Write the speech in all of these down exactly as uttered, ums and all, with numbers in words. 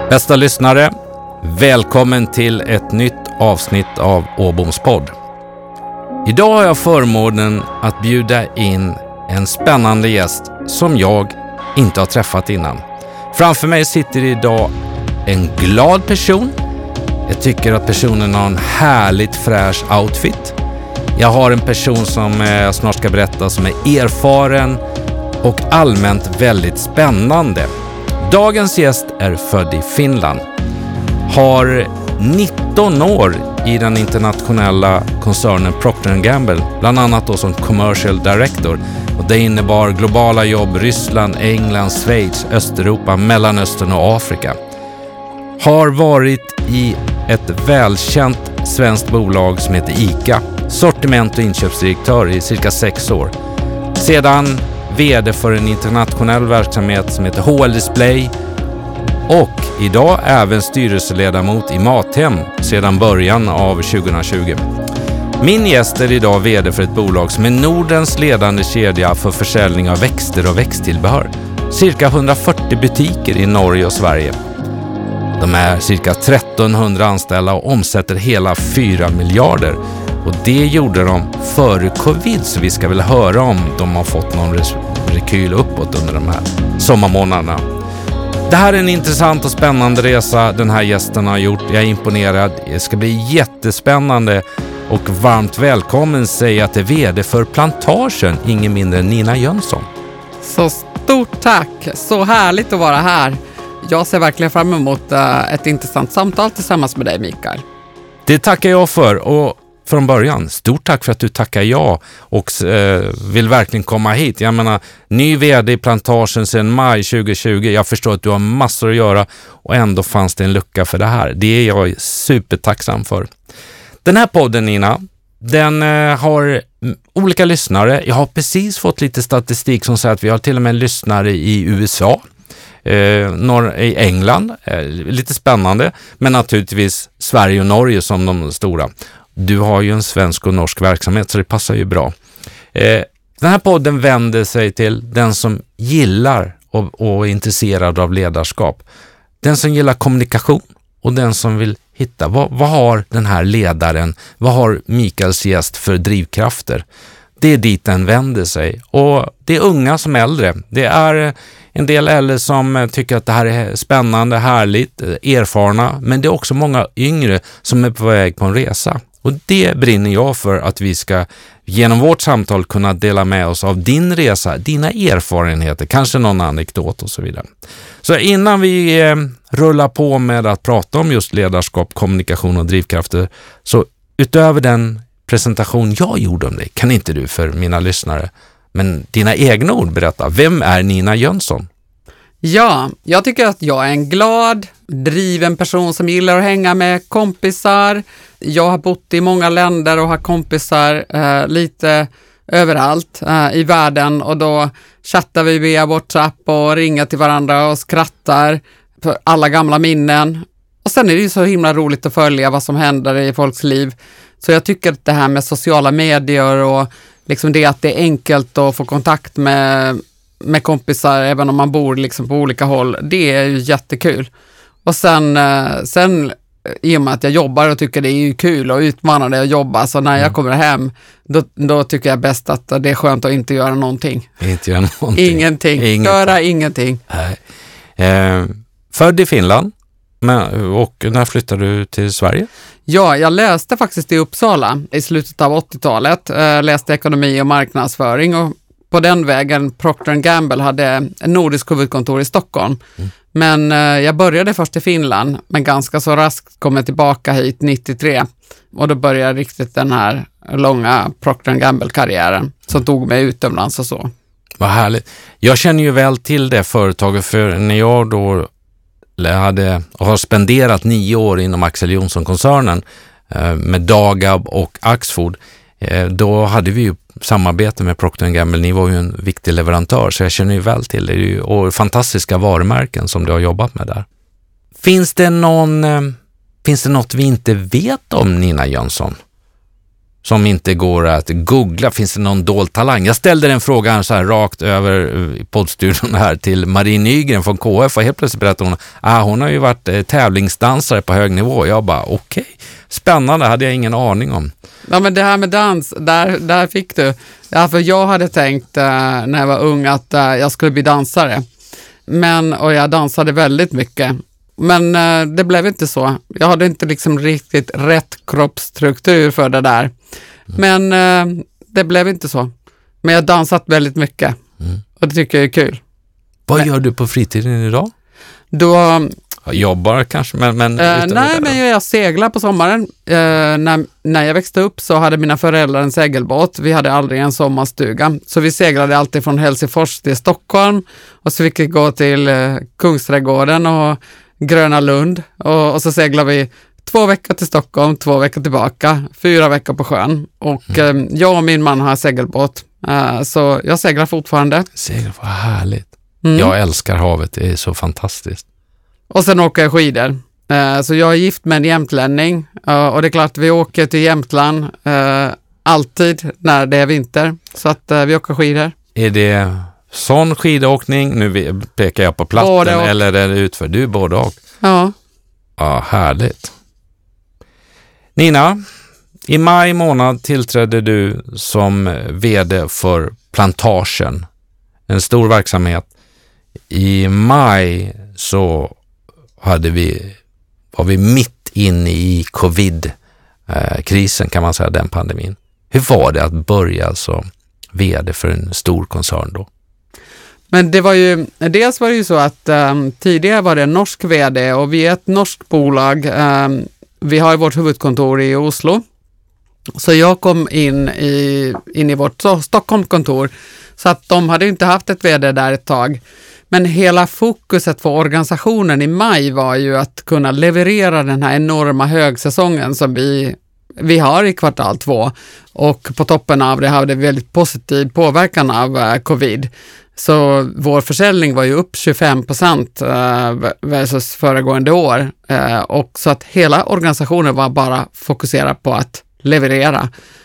Bästa lyssnare, välkommen till ett nytt avsnitt av Åboms podd. Idag har jag förmånen att bjuda in en spännande gäst som jag inte har träffat innan. Framför mig sitter idag en glad person. Jag tycker att personen har en härligt fräsch outfit. Jag har en person som jag snart ska berätta som är erfaren och allmänt väldigt spännande. Dagens gäst är född i Finland. Har nitton år i den internationella koncernen Procter and Gamble, bland annat då som commercial director. Och det innebar globala jobb Ryssland, England, Schweiz, Östeuropa, Mellanöstern och Afrika. Har varit i ett välkänt svenskt bolag som heter ICA, sortiment- och inköpsdirektör i cirka sex år. Sedan vd för en internationell verksamhet som heter H L Display och idag även styrelseledamot i Mathem sedan början av tjugohundratjugo. Min gäst är idag vd för ett bolag som är Nordens ledande kedja för försäljning av växter och växttillbehör. Cirka hundrafyrtio butiker i Norge och Sverige. De är cirka trettonhundra anställda och omsätter hela fyra miljarder. Och det gjorde de före covid, så vi ska väl höra om de har fått någon rekyl uppåt under de här sommarmånaderna. Det här är en intressant och spännande resa den här gästen har gjort. Jag är imponerad. Det ska bli jättespännande och varmt välkommen säga att det är vd för Plantagen, ingen mindre än Nina Jönsson. Så stort tack, så härligt att vara här. Jag ser verkligen fram emot uh, ett intressant samtal tillsammans med dig, Mikael. Det tackar jag för, och från början, stort tack för att du tackar ja och eh, vill verkligen komma hit. Jag menar, ny vd i Plantagen sedan maj tjugohundratjugo. Jag förstår att du har massor att göra och ändå fanns det en lucka för det här. Det är jag supertacksam för. Den här podden, Nina, den eh, har olika lyssnare. Jag har precis fått lite statistik som säger att vi har till och med lyssnare i U S A. Eh, norr, i England, eh, lite spännande, men naturligtvis Sverige och Norge som de stora. Du har ju en svensk och norsk verksamhet så det passar ju bra. Eh, den här podden vänder sig till den som gillar och, och är intresserad av ledarskap. Den som gillar kommunikation och den som vill hitta vad, vad har den här ledaren, vad har Mikaels gäst för drivkrafter. Det är dit den vänder sig, och det är unga som äldre. Det är en del äldre som tycker att det här är spännande, härligt, erfarna, men det är också många yngre som är på väg på en resa. Och det brinner jag för att vi ska genom vårt samtal kunna dela med oss av din resa, dina erfarenheter, kanske någon anekdot och så vidare. Så innan vi eh, rullar på med att prata om just ledarskap, kommunikation och drivkrafter, så utöver den presentation jag gjorde om dig, kan inte du för mina lyssnare, men dina egna ord berätta, vem är Nina Jönsson? Ja, jag tycker att jag är en glad, driven person som gillar att hänga med kompisar. Jag har bott i många länder och har kompisar eh, lite överallt eh, i världen, och då chattar vi via WhatsApp och ringer till varandra och skrattar för alla gamla minnen. Och sen är det ju så himla roligt att följa vad som händer i folks liv. Så jag tycker att det här med sociala medier och liksom det att det är enkelt att få kontakt med, med kompisar även om man bor liksom på olika håll, det är ju jättekul. Och sen, sen i och med att jag jobbar och tycker det är ju kul och utmanande att jobba, så när jag kommer hem då, då tycker jag bäst att det är skönt att inte göra någonting. Inte göra någonting. Ingenting. ingenting. Göra ingenting. Nej. Eh, född i Finland. Men, och när flyttade du till Sverige? Ja, jag läste faktiskt i Uppsala i slutet av åttiotalet. Eh, läste ekonomi och marknadsföring, och på den vägen Procter and Gamble hade en nordisk huvudkontor i Stockholm. Mm. Men eh, jag började först i Finland, men ganska så raskt kom jag tillbaka hit nittiotre. Och då började riktigt den här långa Procter and Gamble-karriären som tog mig utomlands och så. Vad härligt. Jag känner ju väl till det företaget, för när jag då hade och har spenderat nio år inom Axel Johnson-koncernen eh, med Dagab och Axfood, eh, då hade vi ju samarbete med Procter and Gamble. Ni var ju en viktig leverantör, så jag känner ju väl till det. Det är ju, och fantastiska varumärken som du har jobbat med där. Finns det någon eh, finns det något vi inte vet om Nina Jönsson? som inte går att googla? Finns det någon dold talang? Jag ställde den frågan så här rakt över i poddstudion här till Marie Nygren från K F och helt plötsligt berättade hon ah, hon har ju varit eh, tävlingsdansare på hög nivå. Jag bara okej, okay. Spännande, hade jag ingen aning om. Ja, men det här med dans, där, där fick du. Ja, för jag hade tänkt eh, när jag var ung att eh, jag skulle bli dansare. Men, och jag dansade väldigt mycket. Men eh, det blev inte så. Jag hade inte liksom riktigt rätt kroppsstruktur för det där. Mm. Men eh, det blev inte så. Men jag har dansat väldigt mycket. Mm. Och det tycker jag är kul. Vad men, gör du på fritiden idag? Då... Jobbar kanske, men... men eh, nej, men jag seglar på sommaren. Eh, när, när jag växte upp så hade mina föräldrar en segelbåt. Vi hade aldrig en sommarstuga. Så vi seglade alltid från Helsingfors till Stockholm. Och så fick vi gå till eh, Kungsträdgården och Gröna Lund. Och, och så seglade vi två veckor till Stockholm, två veckor tillbaka. Fyra veckor på sjön. Och mm. eh, jag och min man har segelbåt. Eh, så jag seglar fortfarande. Seglar, vad härligt. Mm. Jag älskar havet, det är så fantastiskt. Och sen åker jag skidor. Uh, så jag är gift med en jämtlänning. Uh, och det är klart, vi åker till Jämtland uh, alltid när det är vinter. Så att uh, vi åker skidor. Är det sån skidåkning? Nu pekar jag på platten. Eller är det utför? Du är både och. Ja. Ja, härligt. Nina, i maj månad tillträdde du som vd för Plantagen. En stor verksamhet. I maj så hade vi, var vi mitt inne i covid-krisen kan man säga, den pandemin. Hur var det att börja alltså vd för en stor koncern då? Men det var ju, dels var det ju så att um, tidigare var det en norsk vd och vi är ett norskt bolag. Um, vi har ju vårt huvudkontor i Oslo. Så jag kom in i, in i vårt Stockholmskontor så att de hade inte haft ett vd där ett tag. Men hela fokuset för organisationen i maj var ju att kunna leverera den här enorma högsäsongen som vi, vi har i kvartal två. Och på toppen av det hade vi väldigt positiv påverkan av uh, covid. Så vår försäljning var ju upp tjugofem procent uh, versus föregående år. Uh, och så att hela organisationen var bara fokuserad på att leverera.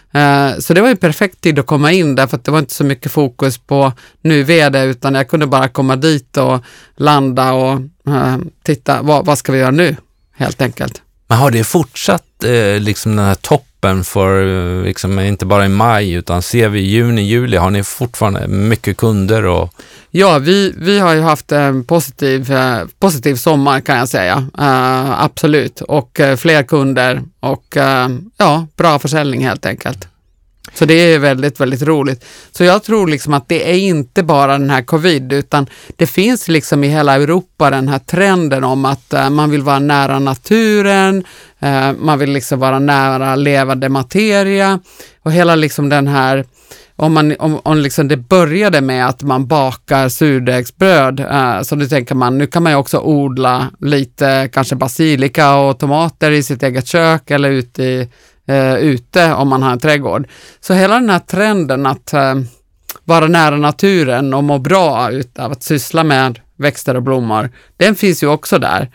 Så det var en perfekt tid att komma in därför att det var inte så mycket fokus på nu vd utan jag kunde bara komma dit och landa och uh, titta vad, vad ska vi göra nu helt enkelt. Men har det fortsatt eh, liksom den här toppen för liksom, inte bara i maj utan ser vi i juni, juli, har ni fortfarande mycket kunder? Och... Ja, vi, vi har ju haft en positiv, eh, positiv sommar kan jag säga, uh, absolut. Och uh, fler kunder och uh, ja, bra försäljning helt enkelt. Så det är väldigt, väldigt roligt. Så jag tror liksom att det är inte bara den här covid utan det finns liksom i hela Europa den här trenden om att uh, man vill vara nära naturen, uh, man vill liksom vara nära levande materia och hela liksom den här, om, man, om, om liksom det började med att man bakar surdegsbröd uh, så då tänker man nu kan man ju också odla lite kanske basilika och tomater i sitt eget kök eller ute i Uh, ute om man har en trädgård. Så hela den här trenden att uh, vara nära naturen och må bra ut av att syssla med växter och blommor, den finns ju också där.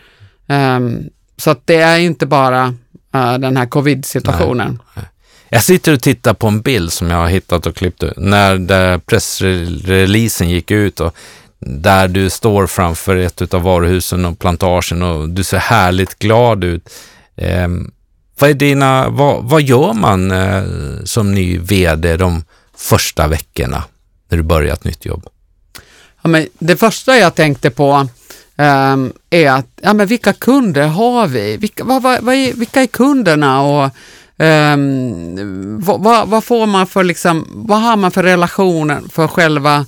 Um, så att det är inte bara uh, den här covid-situationen. Nej. Jag sitter och tittar på en bild som jag har hittat och klippt ut när där pressreleasen gick ut och där du står framför ett av varuhusen och Plantagen och du ser härligt glad ut. Um, Vad, är dina, vad, vad gör man eh, som ny vd de första veckorna när du börjar ett nytt jobb? Ja, men det första jag tänkte på eh, är att ja, men vilka kunder har vi? Vilka, vad, vad, vad är, vilka är kunderna? Och, eh, vad, vad, vad får man för liksom, vad har man för relationen för själva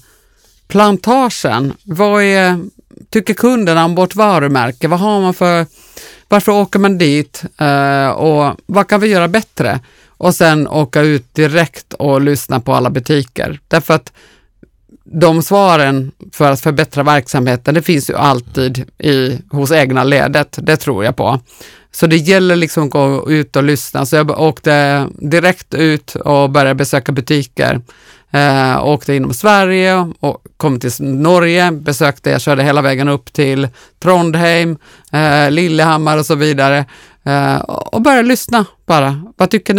plantagen? Vad är, tycker kunderna om vårt varumärke? Vad har man för... Varför åker man dit uh, och vad kan vi göra bättre? Och sen åka ut direkt och lyssna på alla butiker. Därför att de svaren för att förbättra verksamheten, det finns ju alltid i, hos egna ledet. Det tror jag på. Så det gäller liksom att gå ut och lyssna. Så jag åkte direkt ut och började besöka butiker. Uh, åkte inom Sverige och kom till Norge, besökte, jag körde hela vägen upp till Trondheim, uh, Lillehammar och så vidare uh, och började lyssna bara. Vad tycker ni?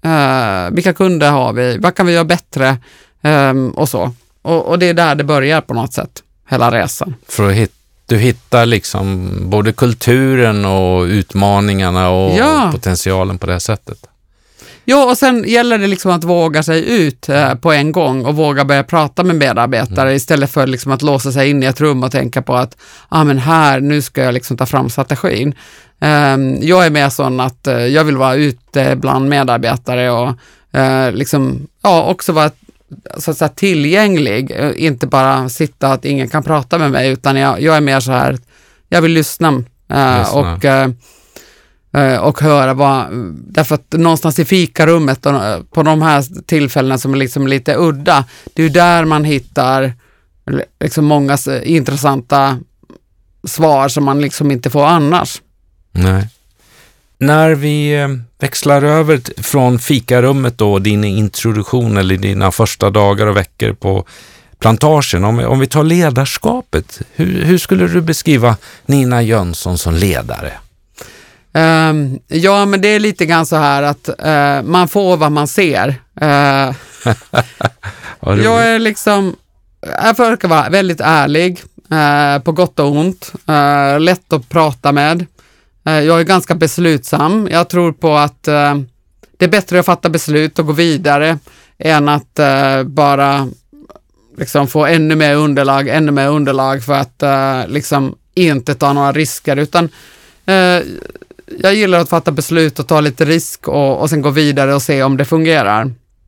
Uh, vilka kunder har vi? Vad kan vi göra bättre? Um, och så. Och, och det är där det börjar på något sätt, hela resan. För att hitta, du hittar liksom både kulturen och utmaningarna och, ja. och potentialen på det sättet. Ja, och sen gäller det liksom att våga sig ut eh, på en gång och våga börja prata med medarbetare mm. istället för liksom att låsa sig in i ett rum och tänka på att ah, men här, nu ska jag liksom ta fram strategin. Eh, jag är mer sån att eh, jag vill vara ute bland medarbetare och eh, liksom, ja, också vara så att säga tillgänglig, inte bara sitta att ingen kan prata med mig, utan jag, jag är mer så här, jag vill lyssna, eh, lyssna. och eh, och höra vad, därför att någonstans i fikarummet på de här tillfällena som är liksom lite udda, det är ju där man hittar liksom många intressanta svar som man liksom inte får annars. Nej. När vi växlar över från fikarummet då, din introduktion eller dina första dagar och veckor på plantagen, om, om vi tar ledarskapet, hur, hur skulle du beskriva Nina Jönsson som ledare? Um, ja, men det är lite grann så här att uh, man får vad man ser. Uh, jag är liksom, jag försöker vara väldigt ärlig, uh, på gott och ont, uh, lätt att prata med. Uh, jag är ganska beslutsam. Jag tror på att uh, det är bättre att fatta beslut och gå vidare än att uh, bara liksom få ännu mer underlag, ännu mer underlag för att uh, liksom inte ta några risker, utan uh, jag gillar att fatta beslut och ta lite risk och, och sen gå vidare och se om det fungerar.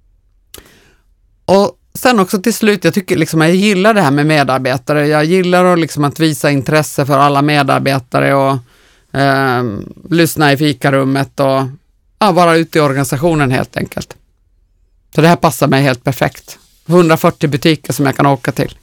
Och sen också till slut, jag tycker liksom jag gillar det här med medarbetare. Jag gillar att, liksom att visa intresse för alla medarbetare och eh, lyssna i fikarummet och ja, vara ute i organisationen helt enkelt. Så det här passar mig helt perfekt. hundrafyrtio butiker som jag kan åka till.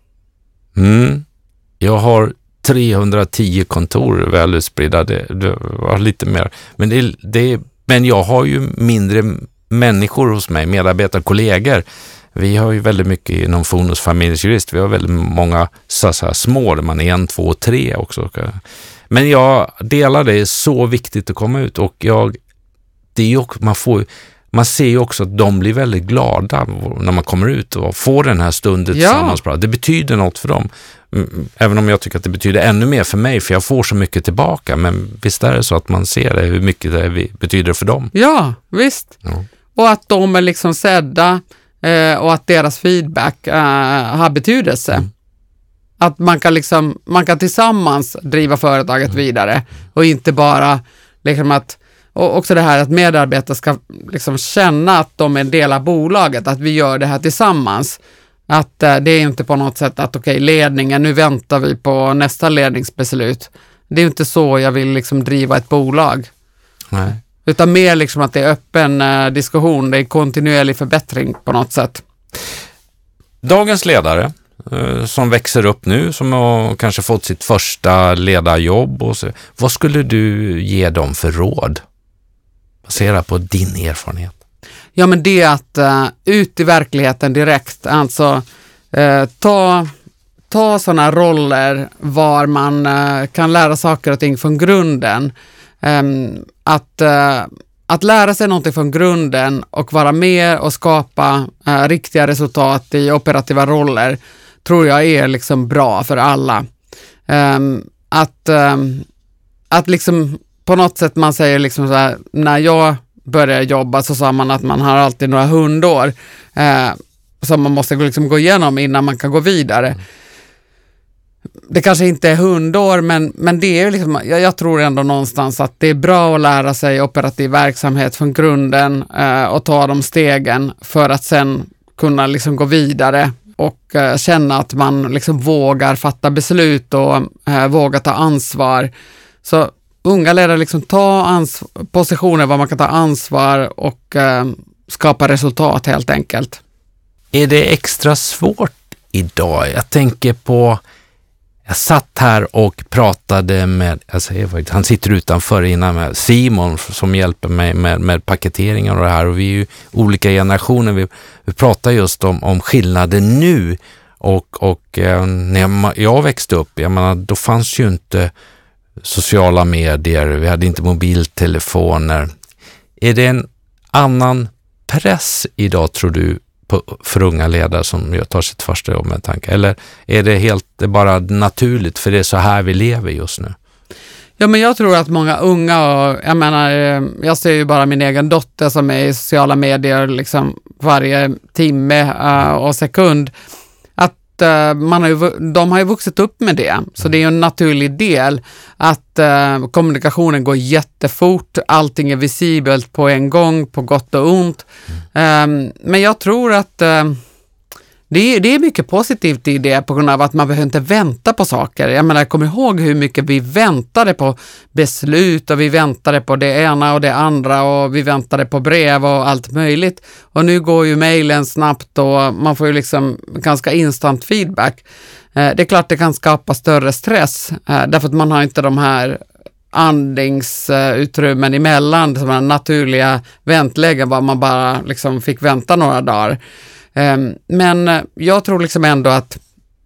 Mm. Jag har trehundratio kontor väl utspridda, det, det var lite mer. Men, det, det, men jag har ju mindre människor hos mig, medarbetare, kollegor. Vi har ju väldigt mycket inom Fonus familjejurist. Vi har väldigt många så, så här, små, där man är en, två, tre också. Men jag delar det, är så viktigt att komma ut. Och jag, det är ju, man, får, man ser ju också att de blir väldigt glada när man kommer ut och får den här stunden ja. tillsammans. Det betyder något för dem. Även om jag tycker att det betyder ännu mer för mig, för jag får så mycket tillbaka. Men visst är det så att man ser det, hur mycket det betyder för dem. Ja, visst. Ja. Och att de är liksom sedda eh, och att deras feedback eh, har betydelse. Mm. Att man kan, liksom, man kan tillsammans driva företaget mm. vidare och inte bara liksom att, och också det här att medarbetare ska liksom känna att de är en del av bolaget, att vi gör det här tillsammans. Att eh, det är inte på något sätt att okej, okay, ledningen, nu väntar vi på nästa ledningsbeslut. Det är inte så jag vill liksom driva ett bolag. Nej. Utan mer liksom att det är öppen eh, diskussion, det är kontinuerlig förbättring på något sätt. Dagens ledare eh, som växer upp nu, som har kanske fått sitt första ledarjobb, och så, vad skulle du ge dem för råd? Baserat på din erfarenhet. Ja, men det är att uh, ut i verkligheten direkt, alltså uh, ta, ta sådana roller var man uh, kan lära saker och ting från grunden. Um, att, uh, att lära sig någonting från grunden och vara med och skapa uh, riktiga resultat i operativa roller tror jag är liksom bra för alla. Um, att, um, att liksom på något sätt man säger liksom så här, när jag började jobba så sa man att man har alltid några hundår eh, som man måste liksom gå igenom innan man kan gå vidare. Mm. Det kanske inte är hundår, men, men det är liksom, jag, jag tror ändå någonstans att det är bra att lära sig operativ verksamhet från grunden eh, och ta de stegen för att sen kunna liksom gå vidare och eh, känna att man liksom vågar fatta beslut och eh, vågar ta ansvar. Så unga ledare liksom ta ans- positioner var man kan ta ansvar och eh, skapa resultat helt enkelt. Är det extra svårt idag? Jag tänker på, jag satt här och pratade med, alltså, han sitter utanför innan med Simon som hjälper mig med, med paketeringen och det här, och vi är ju olika generationer. Vi, vi pratar just om, om skillnaden nu och, och eh, när jag, jag växte upp, jag menar, då fanns ju inte sociala medier, vi hade inte mobiltelefoner. Är det en annan press idag tror du på, för unga ledare som tar sitt första jobb med tanke? Eller är det helt det är bara naturligt för det är så här vi lever just nu? Ja, men jag tror att många unga, och jag menar, jag ser ju bara min egen dotter som är i sociala medier liksom varje timme uh, och sekund, att uh, man har ju, de har ju vuxit upp med det, så det är ju en naturlig del att uh, kommunikationen går jättefort, allting är visibelt på en gång, på gott och ont. Um, men jag tror att uh, Det är, det är mycket positivt i det på grund av att man behöver inte vänta på saker. Jag menar, jag kommer ihåg hur mycket vi väntade på beslut och vi väntade på det ena och det andra och vi väntade på brev och allt möjligt. Och nu går ju mejlen snabbt och man får ju liksom ganska instant feedback. Det är klart det kan skapa större stress därför att man har inte de här andningsutrymmen emellan, som är naturliga väntlägen var man bara liksom fick vänta några dagar. Men jag tror liksom ändå att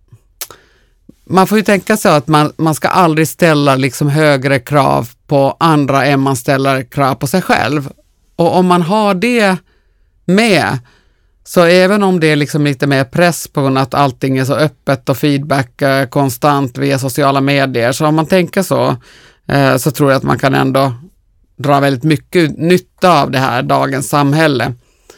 man får ju tänka sig att man, man ska aldrig ställa liksom högre krav på andra än man ställer krav på sig själv. Och om man har det med, så även om det är liksom lite mer press på grund av att allting är så öppet och feedback eh, konstant via sociala medier, så om man tänker så eh, så tror jag att man kan ändå dra väldigt mycket nytta av det här dagens samhälle.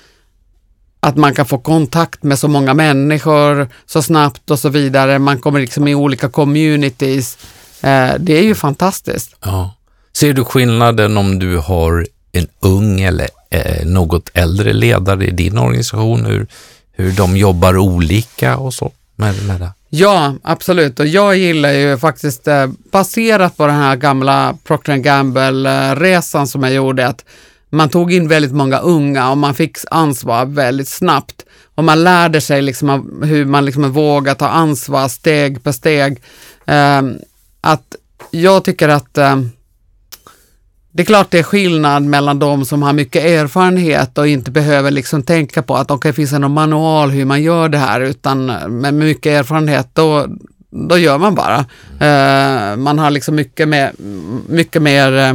Att man kan få kontakt med så många människor så snabbt och så vidare. Man kommer liksom i olika communities. Eh, det är ju fantastiskt. Ja. Ser du skillnaden om du har en ung eller eh, något äldre ledare i din organisation? Hur, hur de jobbar olika och så med, med det? Ja, absolut. Och jag gillar ju faktiskt eh, baserat på den här gamla Procter and Gamble-resan som jag gjorde, att man tog in väldigt många unga och man fick ansvar väldigt snabbt. Och man lärde sig liksom hur man liksom vågar ta ansvar steg på steg. Eh, att jag tycker att eh, det är klart det är skillnad mellan de som har mycket erfarenhet och inte behöver liksom tänka på att okej, finns det någon manual hur man gör det här, utan med mycket erfarenhet då, då gör man bara. Eh, man har liksom mycket mer, mycket mer eh,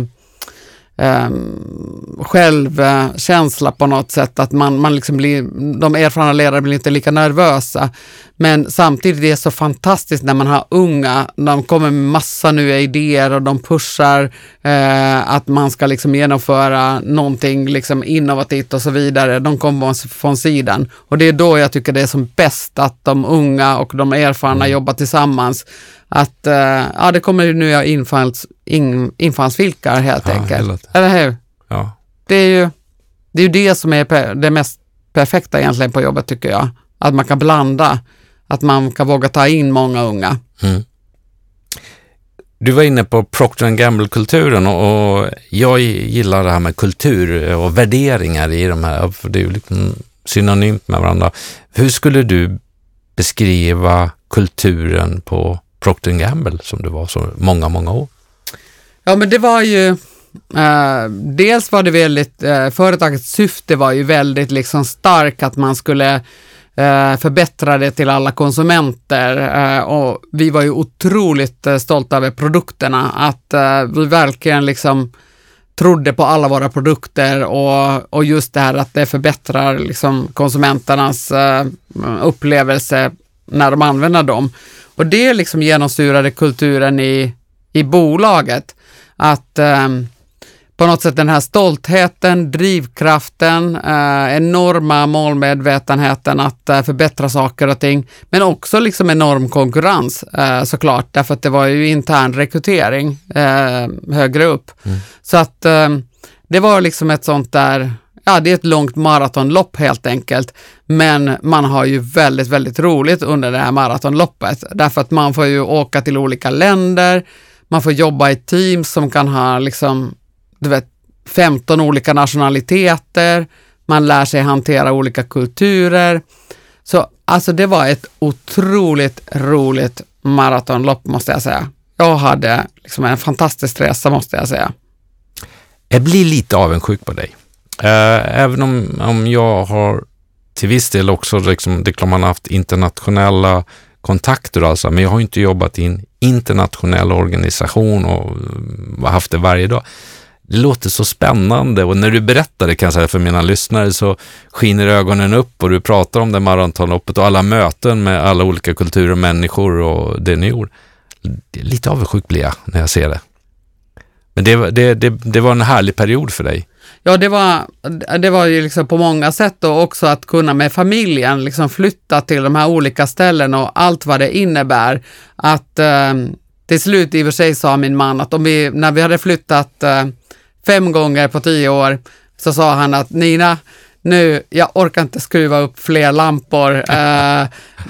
Um, självkänsla på något sätt, att man, man liksom blir, de erfarna ledare blir inte lika nervösa, men samtidigt är det så fantastiskt när man har unga, de kommer med massa nya idéer och de pushar eh, att man ska liksom genomföra någonting liksom innovativt och så vidare, de kommer från sidan, och det är då jag tycker det är som bäst att de unga och de erfarna jobbar tillsammans. Att uh, ja, det kommer ju nya infalls, in, infallsvilkar helt ja, enkelt. Eller hur? Ja. Det är ju det, är ju det som är per, det mest perfekta egentligen på jobbet, tycker jag. Att man kan blanda. Att man kan våga ta in många unga. Mm. Du var inne på Procter and Gamble-kulturen och, och jag gillar det här med kultur och värderingar i de här. För det är ju liksom synonymt med varandra. Hur skulle du beskriva kulturen på Procter and Gamble som det var så många, många år? Ja, men det var ju eh, dels var det väldigt, eh, företagets syfte var ju väldigt liksom stark, att man skulle eh, förbättra det till alla konsumenter, eh, och vi var ju otroligt eh, stolta över produkterna, att eh, vi verkligen liksom trodde på alla våra produkter, och, och just det här att det förbättrar liksom konsumenternas eh, upplevelse när de använder dem. Och det liksom genomsyrade kulturen i, i bolaget. Att eh, på något sätt den här stoltheten, drivkraften, eh, enorma målmedvetenheten att eh, förbättra saker och ting. Men också liksom enorm konkurrens eh, såklart. Därför att det var ju intern rekrytering eh, högre upp. Mm. Så att eh, det var liksom ett sånt där... Ja, det är ett långt maratonlopp helt enkelt, men man har ju väldigt, väldigt roligt under det här maratonloppet, därför att man får ju åka till olika länder, man får jobba i team som kan ha liksom, du vet, femton olika nationaliteter, man lär sig hantera olika kulturer, så alltså det var ett otroligt roligt maratonlopp, måste jag säga. Jag hade liksom en fantastisk resa, måste jag säga. Jag blir lite avundsjuk på dig. Även om, om jag har till viss del också liksom, det är klart man har haft internationella kontakter alltså, men jag har inte jobbat i en internationell organisation och haft det varje dag. Det låter så spännande, och när du berättar det, kan jag säga för mina lyssnare, så skiner ögonen upp och du pratar om det maratonloppet och alla möten med alla olika kulturer och människor och det ni gjorde. Lite avundsjuk blir jag när jag ser det. Men det, det, det, det var en härlig period för dig. Ja, det var, det var ju liksom på många sätt, och också att kunna med familjen liksom flytta till de här olika ställena och allt vad det innebär. Att eh, till slut i och för sig sa min man att om vi, när vi hade flyttat eh, fem gånger på tio år, så sa han att Nina, nu, jag orkar inte skruva upp fler lampor, eh,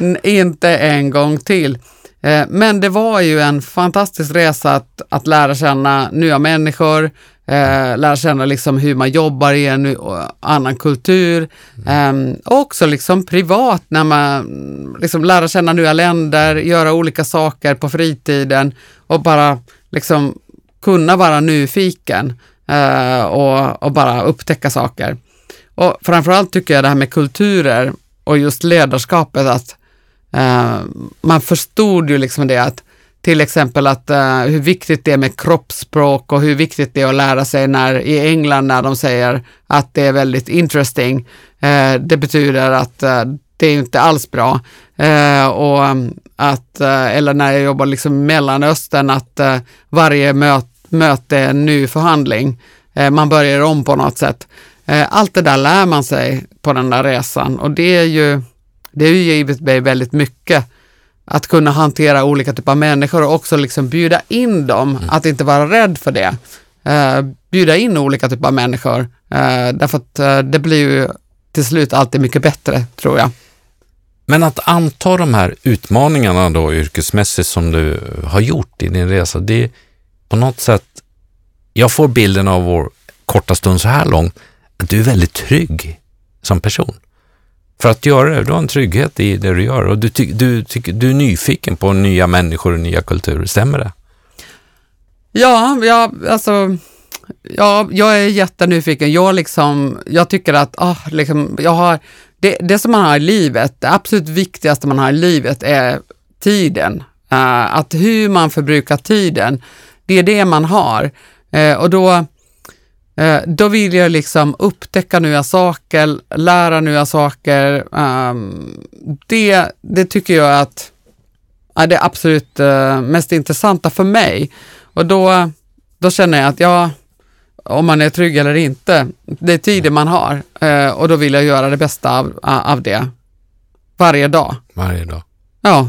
inte en gång till. Eh, men det var ju en fantastisk resa att, att lära känna nya människor, eh, lära känna liksom hur man jobbar i en ny, annan kultur, eh, och också liksom privat när man liksom lära känna nya länder, göra olika saker på fritiden och bara liksom kunna vara nyfiken. Uh, och, och bara upptäcka saker. Och framförallt tycker jag det här med kulturer och just ledarskapet, att uh, man förstod ju liksom det, att till exempel att uh, hur viktigt det är med kroppsspråk och hur viktigt det är att lära sig när i England när de säger att det är väldigt interesting. Uh, det betyder att uh, det är inte alls bra. Uh, och att, uh, eller när jag jobbar liksom i Mellanöstern, att uh, varje möte möte en ny förhandling. Eh, man börjar om på något sätt. Eh, allt det där lär man sig på den där resan, och det är ju det är ju givet mig väldigt mycket att kunna hantera olika typer av människor och också liksom bjuda in dem, mm. att inte vara rädd för det. Eh, bjuda in olika typer av människor, eh, därför att eh, det blir ju till slut alltid mycket bättre, tror jag. Men att anta de här utmaningarna då yrkesmässigt som du har gjort i din resa, det är på något sätt, jag får bilden av vår korta stund så här lång, att du är väldigt trygg som person. För att göra det, du har en trygghet i det du gör, och du, ty, du, ty, du är nyfiken på nya människor och nya kulturer, stämmer det? Ja, ja alltså, ja, jag är jättenyfiken. Jag, liksom, jag tycker att ah, liksom, jag har, det, det som man har i livet, det absolut viktigaste man har i livet är tiden. Uh, att hur man förbrukar tiden, det är det man har. Uh, och då, uh, då vill jag liksom upptäcka nya saker, lära nya saker. Um, det, det tycker jag att är det absolut uh, mest intressanta för mig. Och då, då känner jag att ja, om man är trygg eller inte, det är tiden man har. Uh, och då vill jag göra det bästa av, av det. Varje dag. Varje dag. Ja.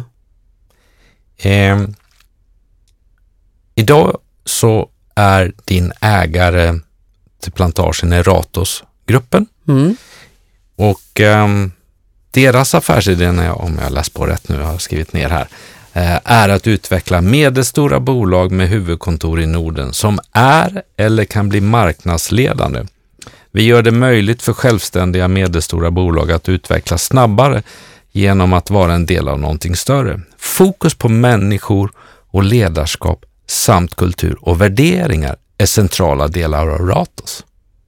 Eh, idag så är din ägare till plantagen i Ratosgruppen. Mm. Och eh, deras affärsidé, när jag, om jag läst på rätt nu, har jag skrivit ner här, eh, är att utveckla medelstora bolag med huvudkontor i Norden som är eller kan bli marknadsledande. Vi gör det möjligt för självständiga medelstora bolag att utvecklas snabbare genom att vara en del av någonting större. Fokus på människor och ledarskap samt kultur och värderingar är centrala delar av Ratos.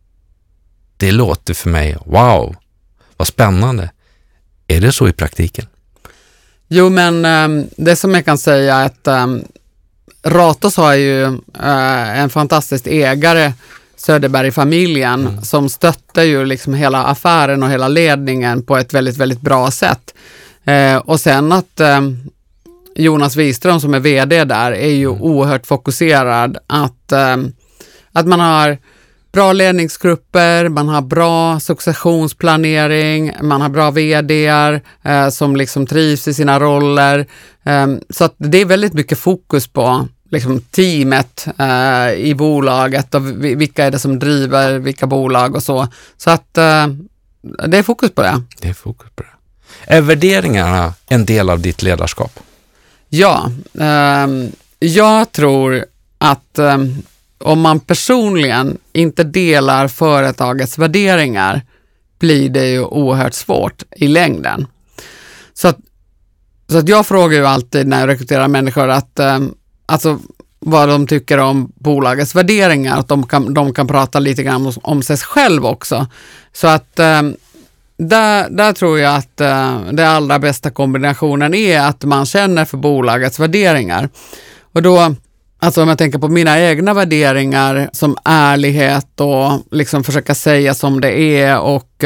Det låter för mig, wow, vad spännande. Är det så i praktiken? Jo, men um, det som jag kan säga är att um, Ratos har ju uh, en fantastisk ägare, Söderberg-familjen, mm. som stöttar ju liksom hela affären och hela ledningen på ett väldigt, väldigt bra sätt. Eh, och sen att eh, Jonas Wiström som är vd där är ju mm. oerhört fokuserad att, eh, att man har bra ledningsgrupper, man har bra successionsplanering, man har bra vd:ar eh, som liksom trivs i sina roller. Eh, så att det är väldigt mycket fokus på liksom teamet eh, i bolaget och vilka är det som driver vilka bolag och så. Så att eh, det är fokus på det. Det är fokus på det. Är värderingarna en del av ditt ledarskap? Ja, eh, jag tror att eh, om man personligen inte delar företagets värderingar blir det ju oerhört svårt i längden. Så att, så att jag frågar ju alltid när jag rekryterar människor att eh, alltså vad de tycker om bolagets värderingar, att de kan, de kan prata lite grann om, om sig själv också. Så att eh, där, där tror jag att eh, det allra bästa kombinationen är att man känner för bolagets värderingar. Och då, Alltså om jag tänker på mina egna värderingar som ärlighet och liksom försöka säga som det är och,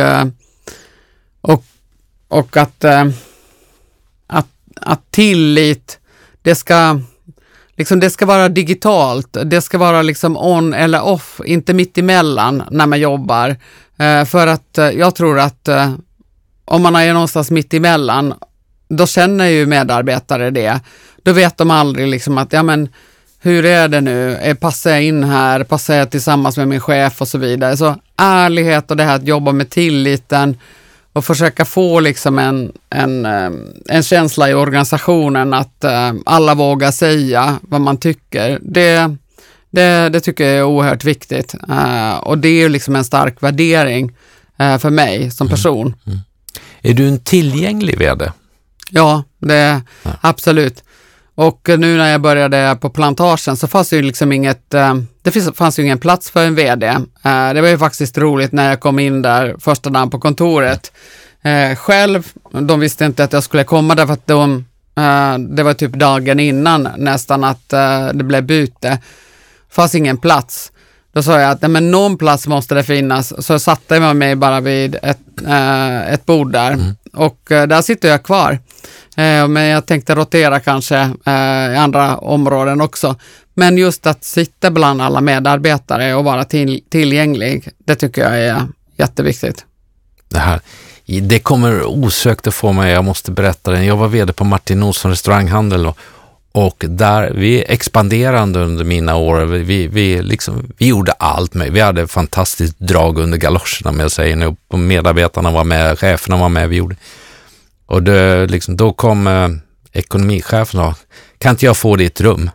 och, och att, att, att tillit, det ska, liksom det ska vara digitalt, det ska vara liksom on eller off, inte mitt emellan när man jobbar. För att jag tror att om man är någonstans mitt emellan, då känner ju medarbetare det. Då vet de aldrig liksom att, ja men hur är det nu? Passar jag in här? Passar jag tillsammans med min chef och så vidare? Så ärlighet och det här att jobba med tilliten och försöka få liksom en, en, en känsla i organisationen att alla vågar säga vad man tycker. Det, det, det tycker jag är oerhört viktigt. Och det är ju liksom en stark värdering för mig som person. Mm. Mm. Är du en tillgänglig vd? Ja, det ja. absolut. Och nu när jag började på plantagen så fanns det ju liksom inget, det fanns ju ingen plats för en vd. Det var ju faktiskt roligt när jag kom in där första dagen på kontoret. Själv, de visste inte att jag skulle komma därför att de, det var typ dagen innan nästan att det blev byte. Det fanns ingen plats. Då sa jag att nej, men någon plats måste det finnas. Så satte jag mig bara vid ett, ett bord där. Mm. Och där sitter jag kvar. Men jag tänkte rotera kanske i andra områden också. Men just att sitta bland alla medarbetare och vara till, tillgänglig, det tycker jag är jätteviktigt. Det här, det kommer osökt att få mig, jag måste berätta det. Jag var vd på Martin Olsson restauranghandel och, och där, vi expanderande under mina år. Vi, vi, liksom, vi gjorde allt med. Vi hade fantastiskt drag under galoscherna med sig nu. Medarbetarna var med, cheferna var med, vi gjorde. Och det, liksom, då kom eh, ekonomichefen och kan inte jag få ditt rum?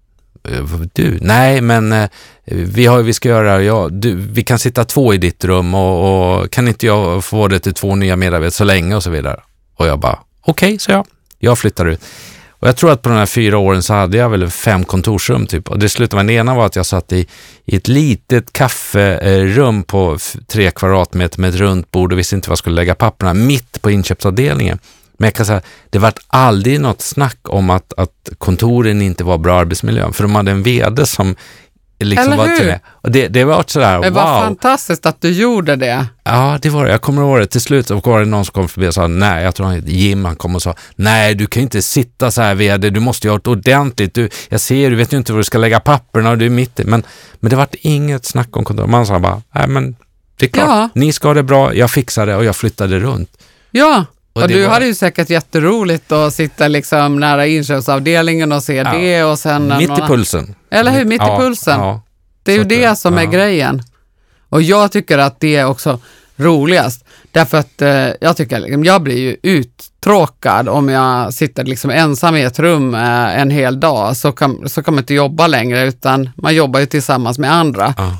Du, nej men eh, vi, har, vi ska göra, ja, du, vi kan sitta två i ditt rum och, och kan inte jag få det till två nya medarbetare så länge och så vidare. Och jag bara, okej, okay, så jag, jag flyttar ut. Och jag tror att på de här fyra åren så hade jag väl fem kontorsrum typ. Och det slutade med, den ena var att jag satt i, i ett litet kafferum på f- tre kvadratmeter med ett runt bord och visste inte vad jag skulle lägga papperna mitt på inköpsavdelningen. Men jag kan säga, det var aldrig något snack om att, att kontoren inte var bra arbetsmiljö. För de hade en vd som liksom var till det. Och det, det var sådär, wow. Det var fantastiskt att du gjorde det. Ja, det var det. Jag kommer ihåg det. Till slut så var det någon som kom förbi och sa, nej, jag tror han heter Jim, han kom och sa, nej, du kan inte sitta så här vd, du måste göra det ordentligt. Du, jag ser, du vet ju inte var du ska lägga papperna och du är mitt i. Men, men det var inget snack om kontor. Man sa bara, nej men det är klart, ja. Ni ska ha det bra, jag fixar det och jag flyttade runt. Ja. Och, och du var... hade ju säkert jätteroligt att sitta liksom nära inköpsavdelningen och se ja. det och sen... Mitt några... i pulsen. Eller hur, mitt ja, i pulsen. Ja. Det är ju det, det som ja. är grejen. Och jag tycker att det är också roligast. Därför att eh, jag tycker liksom, jag blir ju uttråkad om jag sitter liksom ensam i ett rum eh, en hel dag. Så kan, så kan man inte jobba längre utan man jobbar ju tillsammans med andra. Ja.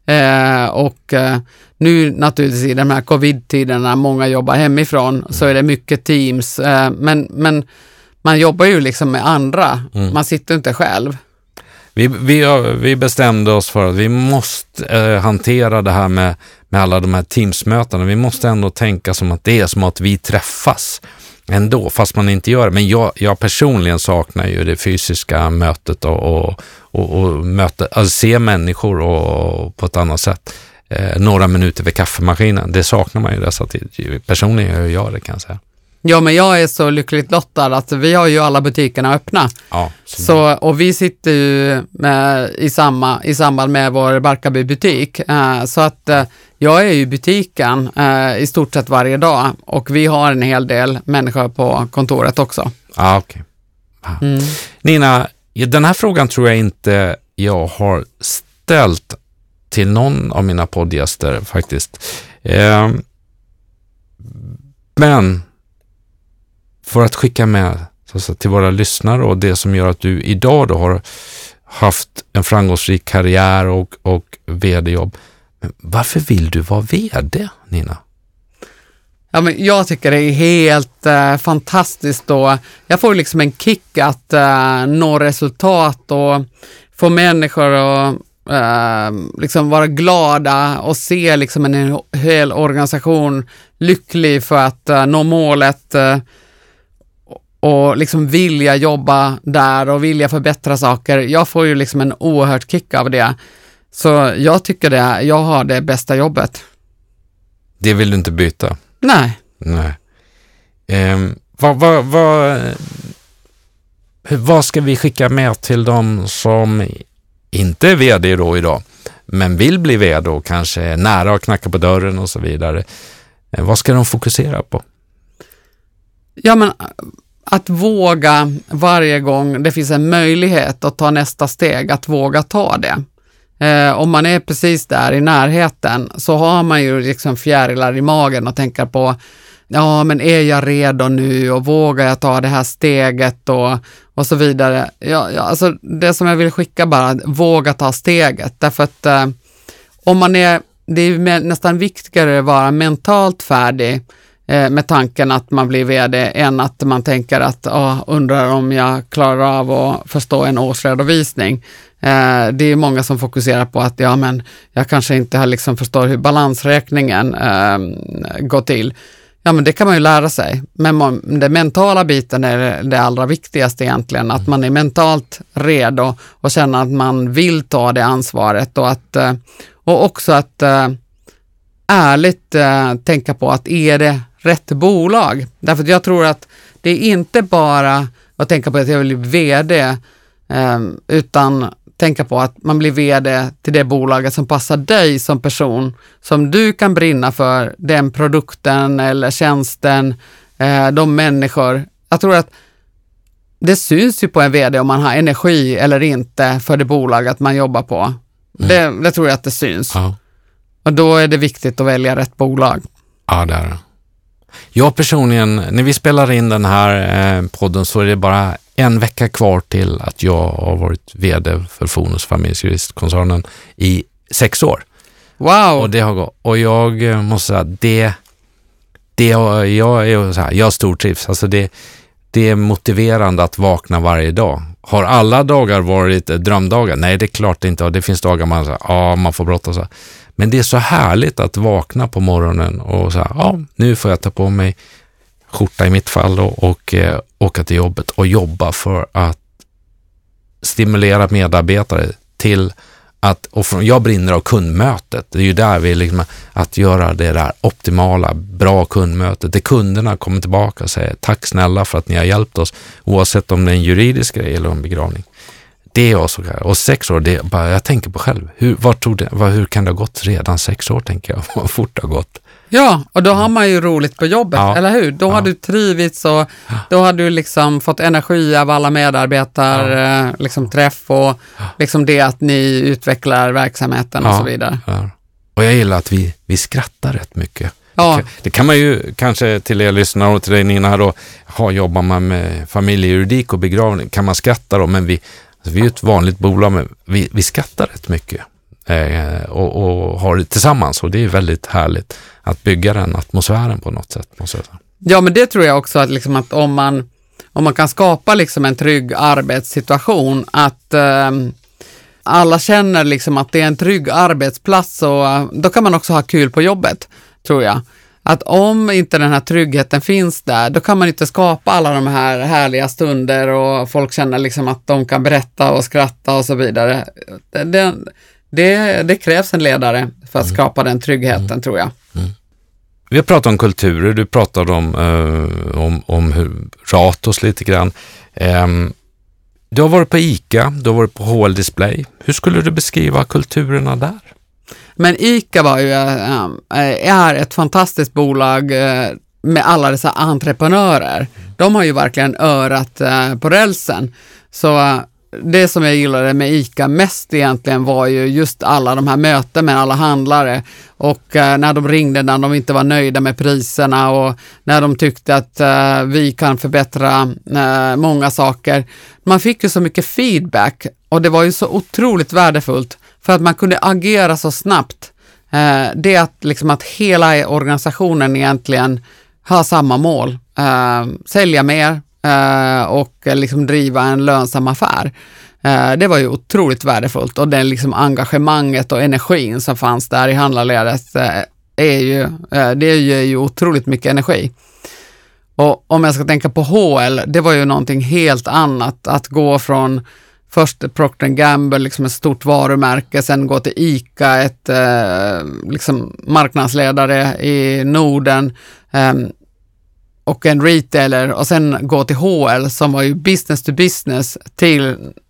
Eh, och eh, nu naturligtvis i de här covid-tiderna när många jobbar hemifrån mm. så är det mycket teams. Eh, men, men man jobbar ju liksom med andra. Mm. Man sitter inte själv. Vi, vi, vi bestämde oss för att vi måste eh, hantera det här med, med alla de här teamsmötena. Vi måste ändå tänka som att det är som att vi träffas ändå, fast man inte gör det. Men jag, jag personligen saknar ju det fysiska mötet och, och, och, och möte, alltså se människor och, på ett annat sätt. Eh, några minuter vid kaffemaskinen, det saknar man ju dessa tider. Personligen gör jag det, kan jag säga. Ja, men jag är så lyckligt lottad att vi har ju alla butikerna öppna. Ja, så så, och vi sitter ju med, i, samma, i samband med vår Barkarby-butik. Eh, så att eh, jag är ju i butiken eh, i stort sett varje dag. Och vi har en hel del människor på kontoret också. Ja, okej. Okay. Mm. Nina, den här frågan tror jag inte jag har ställt till någon av mina poddgäster faktiskt. Eh, men... för att skicka med alltså, till våra lyssnare och det som gör att du idag då har haft en framgångsrik karriär och, och vd-jobb. Men varför vill du vara vd, Nina? Ja, men jag tycker det är helt eh, fantastiskt då. Jag får liksom en kick att eh, nå resultat och få människor att eh, liksom vara glada och se liksom en hel organisation lycklig för att eh, nå målet. Eh, och liksom vilja jobba där och vilja förbättra saker. Jag får ju liksom en oerhört kick av det. Så jag tycker det, jag har det bästa jobbet. Det vill du inte byta? Nej. Nej. Um, vad, vad, vad, vad ska vi skicka med till dem som inte är vd då idag, men vill bli vd och kanske är nära och knacka på dörren och så vidare? Vad ska de fokusera på? Ja, men att våga varje gång det finns en möjlighet att ta nästa steg, att våga ta det. Eh, om man är precis där i närheten så har man ju liksom fjärilar i magen och tänker på, ja men är jag redo nu och vågar jag ta det här steget och, och så vidare. Ja, ja, alltså det som jag vill skicka bara, våga ta steget. Därför att eh, om man är, det är med, nästan viktigare att vara mentalt färdig eh, med tanken att man blir vd än att man tänker att oh, undrar om jag klarar av att förstå en årsredovisning. Eh, det är många som fokuserar på att ja men jag kanske inte har liksom förstår hur balansräkningen eh, går till. Ja, men det kan man ju lära sig. Men man, den mentala biten är det allra viktigaste egentligen. Att man är mentalt redo och känner att man vill ta det ansvaret. Och, att, och också att äh, ärligt äh, tänka på att är det rätt bolag? Därför att jag tror att det är inte bara att tänka på att jag vill bli vd äh, utan tänka på att man blir vd till det bolaget som passar dig som person, som du kan brinna för, den produkten eller tjänsten, eh, de människor. Jag tror att det syns ju på en vd om man har energi eller inte för det bolaget man jobbar på. Mm. Det, det tror jag att det syns. Ja. Och då är det viktigt att välja rätt bolag. Ja, det är det. Jag personligen, när vi spelar in den här eh, podden så är det bara en vecka kvar till att jag har varit vd för Fonus Familjejuristkoncernen i sex år. Wow! Och det har gått. Och jag måste säga, det, det jag, jag är så här, jag stortrivs. Alltså det, det är motiverande att vakna varje dag. Har alla dagar varit drömdagar? Nej, det är klart inte. Och det finns dagar man säger, ja, man får brotta så. Men det är så härligt att vakna på morgonen och säga, ja, nu får jag ta på mig skjorta i mitt fall och, och eh, åka till jobbet och jobba för att stimulera medarbetare till att, och från, jag brinner av kundmötet. Det är ju där vi liksom, att göra det där optimala, bra kundmötet. Det kunderna kommer tillbaka och säger tack snälla för att ni har hjälpt oss, oavsett om det är en juridisk grej eller en begravning. Det är jag så här. Och sex år, det är bara, jag tänker på själv. Hur, vad tror det, vad, hur kan det ha gått redan sex år, tänker jag. Vad fort det har gått. Ja, och då har man ju roligt på jobbet, ja. Eller hur? Då ja. Har du trivits och då har du liksom fått energi av alla medarbetare, ja. liksom träff och liksom det att ni utvecklar verksamheten ja. Och så vidare. Ja. Och jag gillar att vi, vi skrattar rätt mycket. Ja. Det, kan, det kan man ju kanske till er lyssnare och till dig Nina här då, ha, jobbar man med familjejuridik och begravning kan man skratta då, men vi, alltså vi är ett vanligt bolag, men vi, vi skrattar rätt mycket. Eh, och, och har det tillsammans och det är väldigt härligt att bygga den atmosfären på något sätt. Måste jag säga. Ja, men det tror jag också att, liksom att om, man, om man kan skapa liksom en trygg arbetssituation, att eh, alla känner liksom att det är en trygg arbetsplats och då kan man också ha kul på jobbet, tror jag. Att om inte den här tryggheten finns där, då kan man inte skapa alla de här härliga stunder och folk känner liksom att de kan berätta och skratta och så vidare. Det, det, det, det krävs en ledare för att mm. skapa den tryggheten, mm. tror jag. Mm. Vi har pratat om kulturer, du pratade om, eh, om, om hur Ratos lite grann. Eh, du har varit på ICA, du har varit på H L Display. Hur skulle du beskriva kulturerna där? Men ICA var ju, äh, är ett fantastiskt bolag äh, med alla dessa entreprenörer. De har ju verkligen örat äh, på rälsen. Så äh, det som jag gillade med ICA mest egentligen var ju just alla de här möten med alla handlare. Och äh, när de ringde när de inte var nöjda med priserna och när de tyckte att äh, vi kan förbättra äh, många saker. Man fick ju så mycket feedback och det var ju så otroligt värdefullt. För att man kunde agera så snabbt. Eh, det är att, liksom att hela organisationen egentligen har samma mål. Eh, sälja mer eh, och liksom driva en lönsam affär. Eh, det var ju otroligt värdefullt. Och det liksom engagemanget och energin som fanns där i handlarledet eh, är ju, eh, det ger ju otroligt mycket energi. Och om jag ska tänka på H L, det var ju någonting helt annat. Att gå från först Procter and Gamble, liksom ett stort varumärke, sen gå till ICA, ett eh, liksom marknadsledare i Norden eh, och en retailer, och sen gå till H L som var ju business to business till,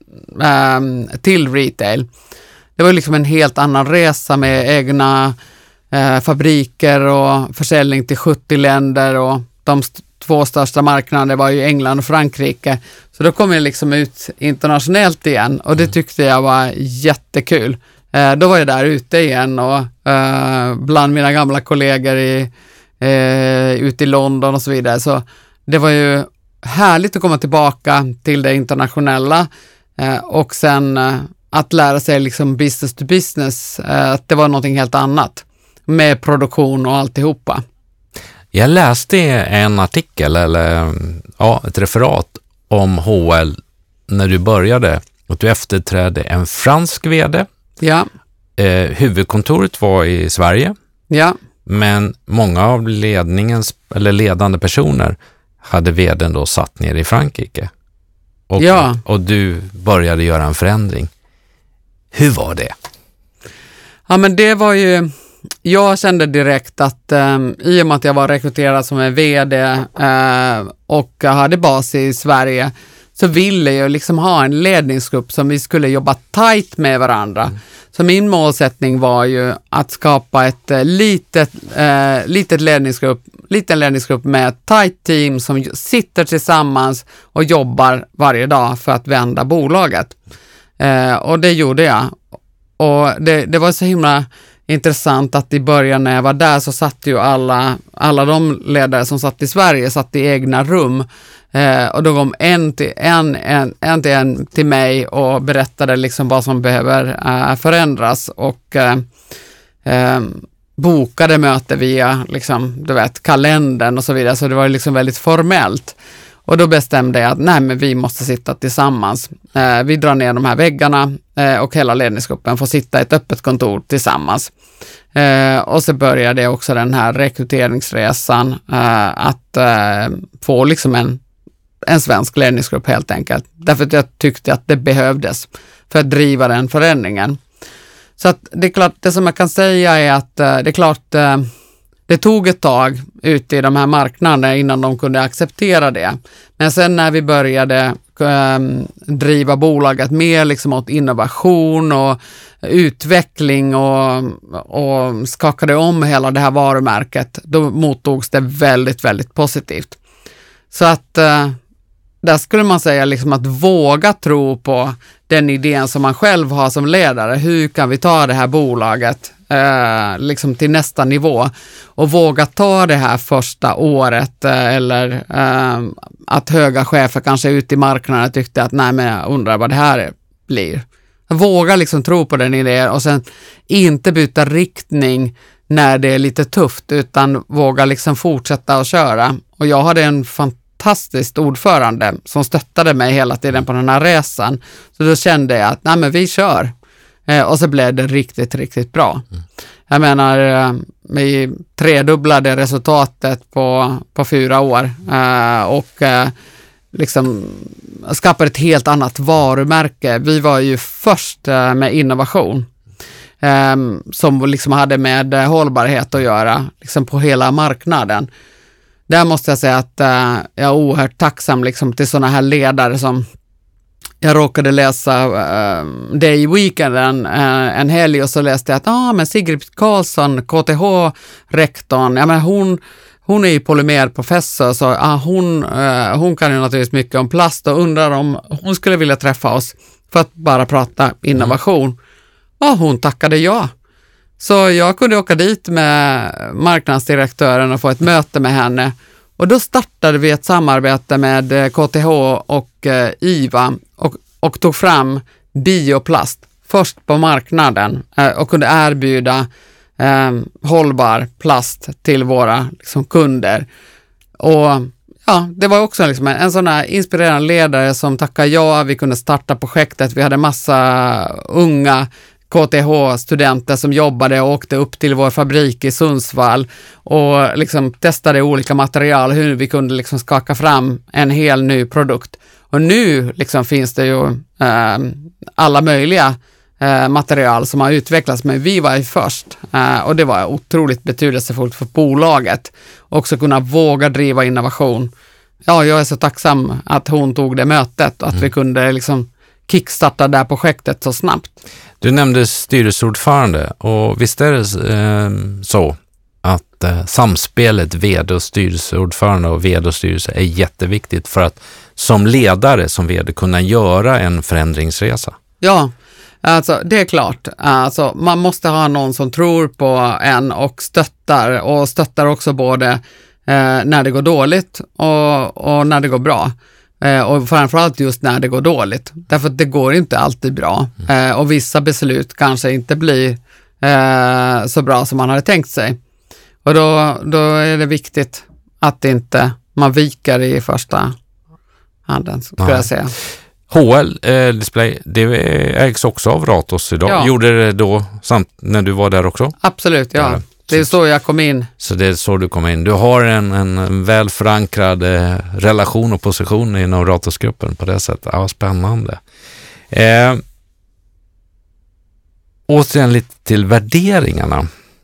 eh, till retail. Det var liksom en helt annan resa med egna eh, fabriker och försäljning till sjuttio länder, och de st- två största marknader var ju England och Frankrike. Så då kom jag liksom ut internationellt igen, och det tyckte jag var jättekul. Eh, då var jag där ute igen och eh, bland mina gamla kollegor i, eh, ute i London och så vidare. Så det var ju härligt att komma tillbaka till det internationella eh, och sen eh, att lära sig liksom business to business, eh, att det var någonting helt annat med produktion och alltihopa. Jag läste en artikel eller ja, ett referat om H L när du började, och du efterträdde en fransk vd. Ja. Eh, huvudkontoret var i Sverige. Ja. Men många av ledningens eller ledande personer hade vdn då satt ner i Frankrike. Och, ja. och du började göra en förändring. Hur var det? Ja, men det var ju... Jag kände direkt att um, i och med att jag var rekryterad som en vd uh, och hade bas i Sverige, så ville jag liksom ha en ledningsgrupp som vi skulle jobba tajt med varandra. Mm. Så min målsättning var ju att skapa ett uh, litet, uh, litet ledningsgrupp, liten ledningsgrupp med ett tajt team som sitter tillsammans och jobbar varje dag för att vända bolaget. Uh, och det gjorde jag. Och det, det var så himla intressant att i början när jag var där så satt ju alla, alla de ledare som satt i Sverige satt i egna rum. Eh, och då kom en till en, en, en till en till mig och berättade liksom vad som behöver eh, förändras, och eh, eh, bokade möte via liksom, du vet, kalendern och så vidare. Så det var liksom väldigt formellt. Och då bestämde jag att nej, men vi måste sitta tillsammans. Eh, vi drar ner de här väggarna eh, och hela ledningsgruppen får sitta i ett öppet kontor tillsammans. Eh, och så började jag också den här rekryteringsresan eh, att eh, få liksom en, en svensk ledningsgrupp helt enkelt. Därför att jag tyckte att det behövdes för att driva den förändringen. Så att det är klart, det som jag kan säga är att eh, det är klart... Eh, Det tog ett tag ute i de här marknaderna innan de kunde acceptera det. Men sen när vi började um, driva bolaget mer liksom åt innovation och utveckling och, och skakade om hela det här varumärket, då mottogs det väldigt, väldigt positivt. Så att uh, där skulle man säga liksom att våga tro på den idén som man själv har som ledare. Hur kan vi ta det här bolaget Eh, liksom till nästa nivå och våga ta det här första året eh, eller eh, att höga chefer kanske ute i marknaden tyckte att nej, men jag undrar vad det här blir. Våga liksom tro på den idén och sen inte byta riktning när det är lite tufft, utan våga liksom fortsätta att köra. Och jag hade en fantastisk ordförande som stöttade mig hela tiden på den här resan, så då kände jag att nej, men vi kör. Och så blev det riktigt, riktigt bra. Mm. Jag menar, vi tredubblade resultatet på, på fyra år eh, och eh, liksom skapade ett helt annat varumärke. Vi var ju först eh, med innovation eh, som liksom hade med hållbarhet att göra liksom på hela marknaden. Där måste jag säga att eh, jag är oerhört tacksam liksom till sådana här ledare som jag råkade läsa uh, det i weekenden uh, en helg, och så läste jag att ah, men Sigrid Karlsson, K T H-rektorn, ja, men hon, hon är ju polymerprofessor, så ah, hon, uh, hon kan ju naturligtvis mycket om plast, och undrar om hon skulle vilja träffa oss för att bara prata innovation. Ja, mm. hon tackade ja. Så jag kunde åka dit med marknadsdirektören och få ett möte med henne. Och då startade vi ett samarbete med K T H och eh, I V A och, och tog fram bioplast först på marknaden eh, och kunde erbjuda eh, hållbar plast till våra liksom, kunder. Och ja, det var också liksom en, en sån här inspirerande ledare som tackade ja. Vi kunde starta projektet. Vi hade massa unga K T H-studenter som jobbade och åkte upp till vår fabrik i Sundsvall och liksom testade olika material, hur vi kunde liksom skaka fram en hel ny produkt. Och nu liksom finns det ju eh, alla möjliga eh, material som har utvecklats, men vi var ju först. Eh, och det var otroligt betydelsefullt för bolaget. Också kunna våga driva innovation. Ja, jag är så tacksam att hon tog det mötet, att mm. vi kunde liksom kickstarta det här projektet så snabbt. Du nämnde styrelseordförande, och visst är det eh, så att eh, samspelet vd och styrelseordförande och vd och styrelse är jätteviktigt för att som ledare, som vd, kunna göra en förändringsresa? Ja, alltså det är klart. Alltså, man måste ha någon som tror på en och stöttar, och stöttar också både eh, när det går dåligt och, och när det går bra. Eh, och framförallt just när det går dåligt. Därför att det går inte alltid bra. Eh, och vissa beslut kanske inte blir eh, så bra som man hade tänkt sig. Och då, då är det viktigt att inte man viker i första handen, skulle Nej. jag säga. H L eh, Display, det ägs också av Ratos idag. Ja. Gjorde det då samt när du var där också? Absolut, ja. ja. Det är så jag kom in. Så det är så du kom in. Du har en, en väl förankrad eh, relation och position inom Ratos-gruppen på det sättet. Ja, spännande. Eh, återigen lite till värderingarna.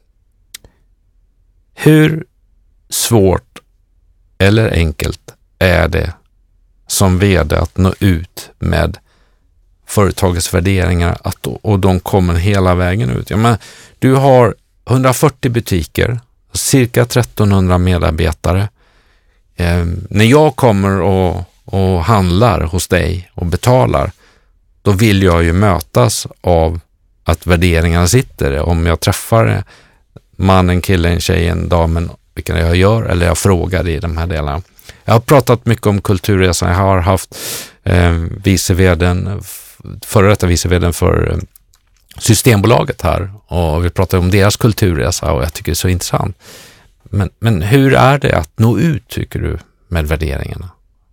Hur svårt eller enkelt är det som vd att nå ut med företagets värderingar att, och de kommer hela vägen ut? Ja, men du har hundrafyrtio butiker, cirka trettonhundra medarbetare. Eh, när jag kommer och, och handlar hos dig och betalar, då vill jag ju mötas av att värderingarna sitter. Om jag träffar mannen, killen, tjejen, damen, vilka jag gör, eller jag frågar i de här delarna. Jag har pratat mycket om kulturresan. Jag har haft eh, vice vdn, före detta vice vdn för Systembolaget här, och vi pratar om deras kulturresa, och jag tycker det är så intressant. Men, men hur är det att nå ut, tycker du, med värderingarna?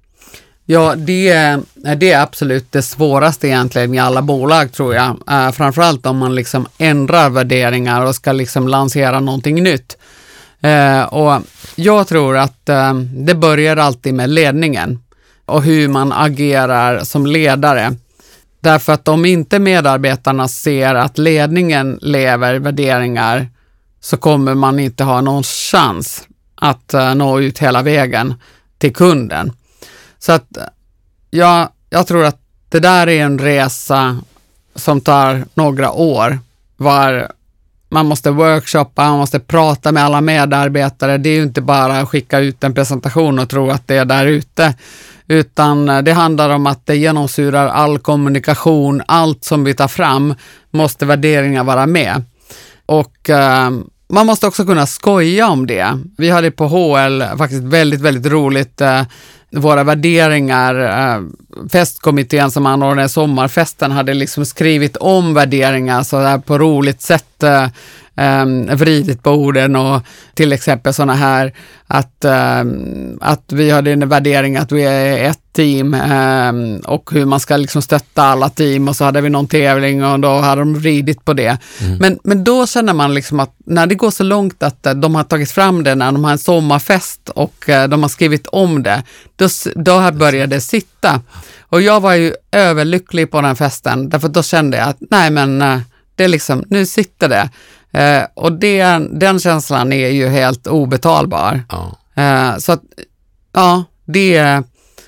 Ja, det är, det är absolut det svåraste egentligen i alla bolag, tror jag. Uh, framförallt om man liksom ändrar värderingar och ska liksom lansera någonting nytt. Uh, och jag tror att uh, det börjar alltid med ledningen och hur man agerar som ledare. Därför att om inte medarbetarna ser att ledningen lever värderingar, så kommer man inte ha någon chans att uh, nå ut hela vägen till kunden. Så att ja, jag tror att det där är en resa som tar några år. Var man måste workshoppa, man måste prata med alla medarbetare. Det är ju inte bara att skicka ut en presentation och tro att det är där ute. Utan det handlar om att det genomsyrar all kommunikation, allt som vi tar fram måste värderingar vara med. Och eh, man måste också kunna skoja om det. Vi hade på H L faktiskt väldigt, väldigt roligt eh, våra värderingar. Eh, festkommittén som anordnade sommarfesten hade liksom skrivit om värderingar så där på roligt sätt. Eh, Um, vridit på orden, och till exempel sådana här att, um, att vi hade en värdering att vi är ett team um, och hur man ska liksom stötta alla team, och så hade vi någon tävling och då hade de vridit på det. Mm. Men, men då känner man liksom att när det går så långt att uh, de har tagit fram det när de har en sommarfest och uh, de har skrivit om det, då, då här började det sitta. Och jag var ju överlycklig på den festen, därför då kände jag att nej men uh, det är liksom, nu sitter det. Uh, och det, den känslan är ju helt obetalbar. Ja. Uh, så att, ja, det,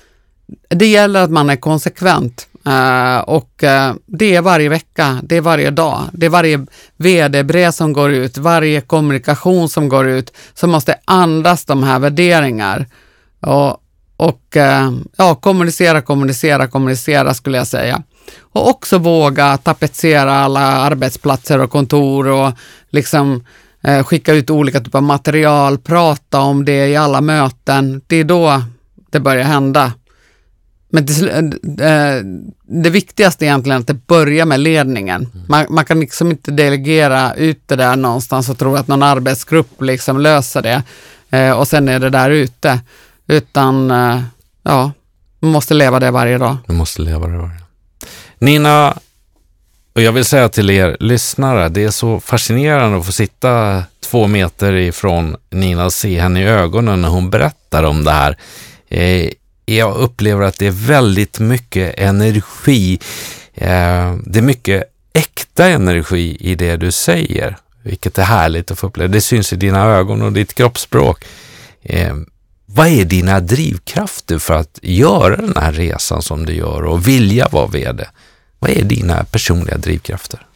det gäller att man är konsekvent. Uh, och uh, det är varje vecka, det är varje dag, det är varje vd-brev som går ut, varje kommunikation som går ut, som måste andas de här värderingar. Och, och uh, ja, kommunicera, kommunicera, kommunicera skulle jag säga. Och också våga tapetsera alla arbetsplatser och kontor och liksom eh, skicka ut olika typer av material, prata om det i alla möten. Det är då det börjar hända. Men det, eh, det viktigaste är egentligen att det börjar med ledningen. Man, man kan liksom inte delegera ut det där någonstans och tro att någon arbetsgrupp liksom löser det. Eh, och sen är det där ute. Utan eh, ja, man måste leva det varje dag. Man måste leva det varje dag. Nina, Och jag vill säga till er lyssnare, det är så fascinerande att få sitta två meter ifrån Nina och se henne i ögonen när hon berättar om det här. Eh, jag upplever att det är väldigt mycket energi. Eh, det är mycket äkta energi i det du säger, vilket är härligt att få uppleva. Det syns i dina ögon och ditt kroppsspråk. Eh, vad är dina drivkrafter för att göra den här resan som du gör och vilja vara vd? Vad är dina personliga drivkrafter?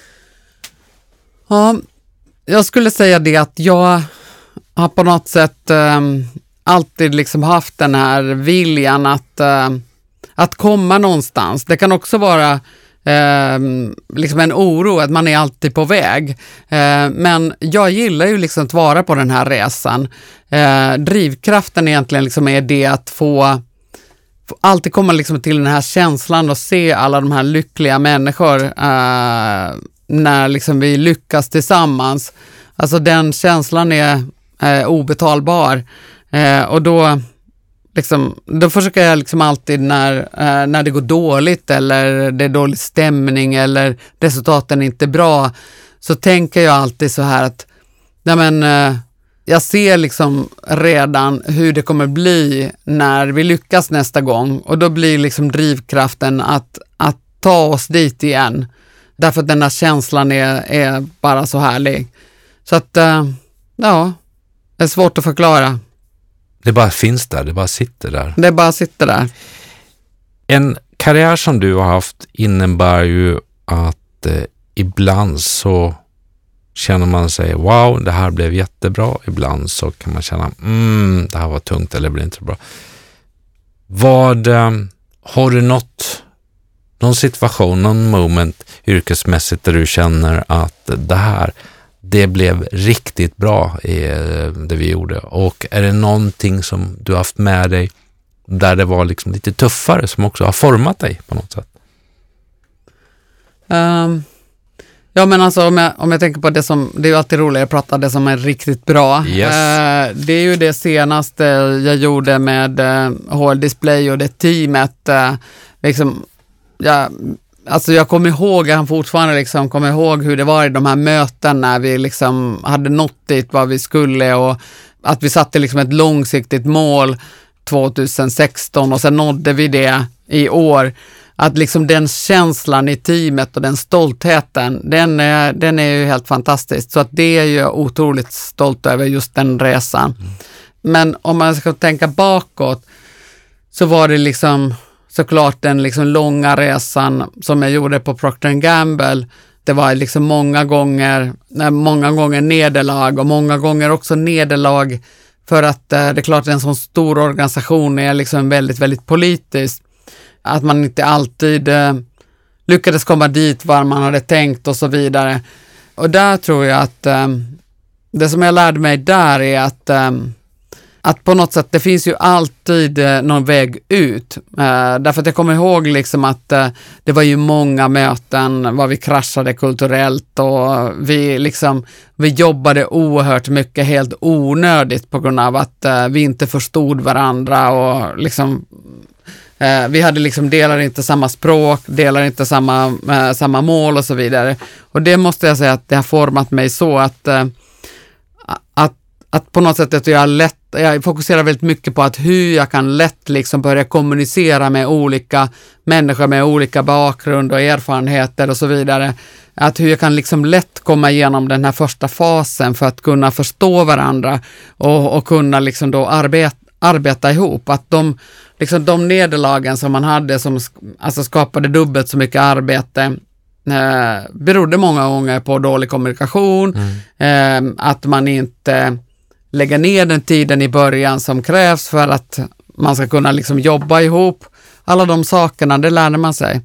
Ja, jag skulle säga det att jag har på något sätt eh, alltid liksom haft den här viljan att, eh, att komma någonstans. Det kan också vara eh, liksom en oro att man är alltid på väg. Eh, men jag gillar ju liksom att vara på den här resan. Eh, drivkraften egentligen liksom är det att få alltid komma liksom till den här känslan och se alla de här lyckliga människor eh, när liksom vi lyckas tillsammans. Alltså den känslan är eh, obetalbar. Eh, och då, liksom, då försöker jag liksom alltid när, eh, när det går dåligt eller det är dålig stämning eller resultaten är inte bra, så tänker jag alltid så här att nej men, eh, jag ser liksom redan hur det kommer bli när vi lyckas nästa gång, och då blir liksom drivkraften att, att ta oss dit igen. Därför att den här känslan är, är bara så härlig. Så att, ja, det är svårt att förklara. Det bara finns där, det bara sitter där. Det bara sitter där. En karriär som du har haft innebär ju att eh, ibland så känner man sig, wow, det här blev jättebra. Ibland så kan man känna, mm, det här var tungt eller det blev inte så bra. Vad, eh, har du något, någon situation, någon moment yrkesmässigt där du känner att det här, det blev riktigt bra i det vi gjorde? Och är det någonting som du har haft med dig där det var liksom lite tuffare som också har format dig på något sätt? Um. Ja, men alltså om jag, om jag tänker på det som, det är ju alltid roligt att prata det som är riktigt bra. Yes. Eh, det är ju det senaste jag gjorde med eh, H L Display och det teamet. Eh, liksom, ja, alltså jag kommer ihåg, jag fortfarande liksom kommer ihåg hur det var i de här möten när vi liksom hade nått dit vad vi skulle, och att vi satte liksom ett långsiktigt mål tjugohundrasexton och sen nådde vi det i år. Att liksom den känslan i teamet och den stoltheten, den är, den är ju helt fantastisk. Så att det är ju otroligt stolt över just den resan. Mm. Men om man ska tänka bakåt så var det liksom såklart den liksom långa resan som jag gjorde på Procter and Gamble. Det var liksom många gånger, många gånger nederlag och många gånger också nederlag för att eh, det är klart att en sån stor organisation är liksom väldigt, väldigt politisk. Att man inte alltid eh, lyckades komma dit var man hade tänkt och så vidare. Och där tror jag att eh, det som jag lärde mig där är att, eh, att på något sätt det finns ju alltid eh, någon väg ut. Eh, därför att jag kommer ihåg liksom att eh, det var ju många möten var vi kraschade kulturellt och vi, liksom, vi jobbade oerhört mycket helt onödigt på grund av att eh, vi inte förstod varandra och liksom Eh, vi hade liksom delar inte samma språk, delar inte samma, eh, samma mål och så vidare. Och det måste jag säga att det har format mig så att, eh, att, att på något sätt att jag, lätt, jag fokuserar väldigt mycket på att hur jag kan lätt liksom börja kommunicera med olika människor med olika bakgrund och erfarenheter och så vidare. Att hur jag kan liksom lätt komma igenom den här första fasen för att kunna förstå varandra och, och kunna liksom då arbeta arbeta ihop. Att de, liksom de nederlagen som man hade som alltså skapade dubbelt så mycket arbete eh, berodde många gånger på dålig kommunikation, mm. eh, att man inte lägger ner den tiden i början som krävs för att man ska kunna liksom jobba ihop. Alla de sakerna, det lärde man sig.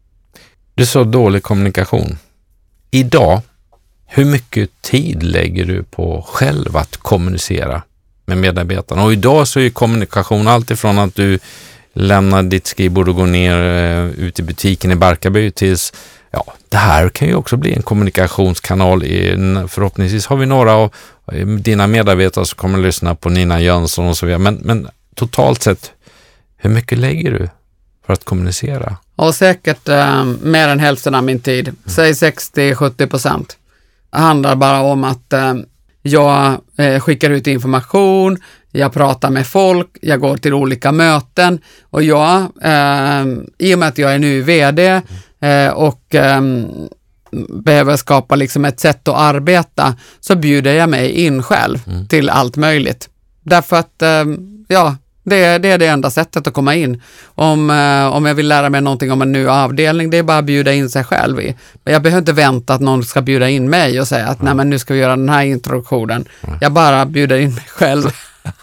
Du sa dålig kommunikation. Idag, hur mycket tid lägger du på själv att kommunicera med medarbetarna? Och idag så är kommunikation allt ifrån att du lämnar ditt skrivbord och går ner uh, ut i butiken i Barkarby tills, ja, det här kan ju också bli en kommunikationskanal. I, förhoppningsvis har vi några av dina medarbetare som kommer att lyssna på Nina Jönsson och så vidare. Men, men totalt sett, hur mycket lägger du för att kommunicera? Och säkert eh, mer än hälften av min tid, mm. säg sextio till sjuttio procent, handlar bara om att eh, jag eh, skickar ut information, jag pratar med folk, jag går till olika möten och jag, eh, i och med att jag är nu vd eh, och eh, behöver skapa liksom ett sätt att arbeta, så bjuder jag mig in själv mm. till allt möjligt. Därför att, eh, ja, det, det är det enda sättet att komma in. Om, eh, om jag vill lära mig någonting om en ny avdelning, det är bara att bjuda in sig själv i. Jag behöver inte vänta att någon ska bjuda in mig och säga att mm. nej, men nu ska vi göra den här introduktionen. Mm. Jag bara bjuder in mig själv.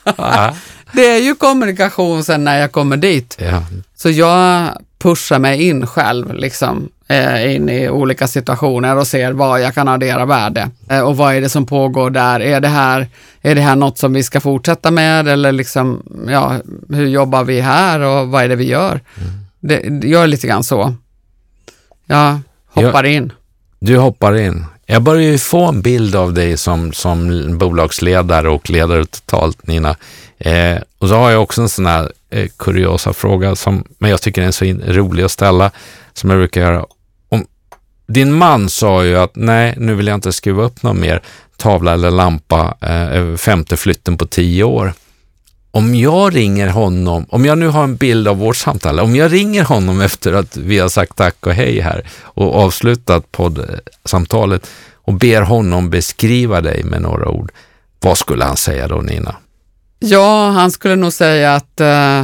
Det är ju kommunikation sen när jag kommer dit. Ja. Så jag pushar mig in själv liksom, eh, in i olika situationer och ser vad jag kan addera värde. Eh, och vad är det som pågår där? Är det här, är det här något som vi ska fortsätta med? Eller liksom, ja, hur jobbar vi här och vad är det vi gör? Mm. Det, jag är lite grann så. Jag hoppar jag, in. Du hoppar in. Jag börjar ju få en bild av dig som, som bolagsledare och ledare totalt, Nina. Eh, och så har jag också en sån här eh, kuriosa fråga som men jag tycker den är så in, rolig att ställa, som jag brukar göra. Om, din man sa ju att nej, nu vill jag inte skruva upp någon mer tavla eller lampa eh, över femte flytten på tio år. Om jag ringer honom, om jag nu har en bild av vårt samtal, om jag ringer honom efter att vi har sagt tack och hej här och avslutat poddsamtalet och ber honom beskriva dig med några ord, vad skulle han säga då, Nina? Ja, han skulle nog säga att, uh,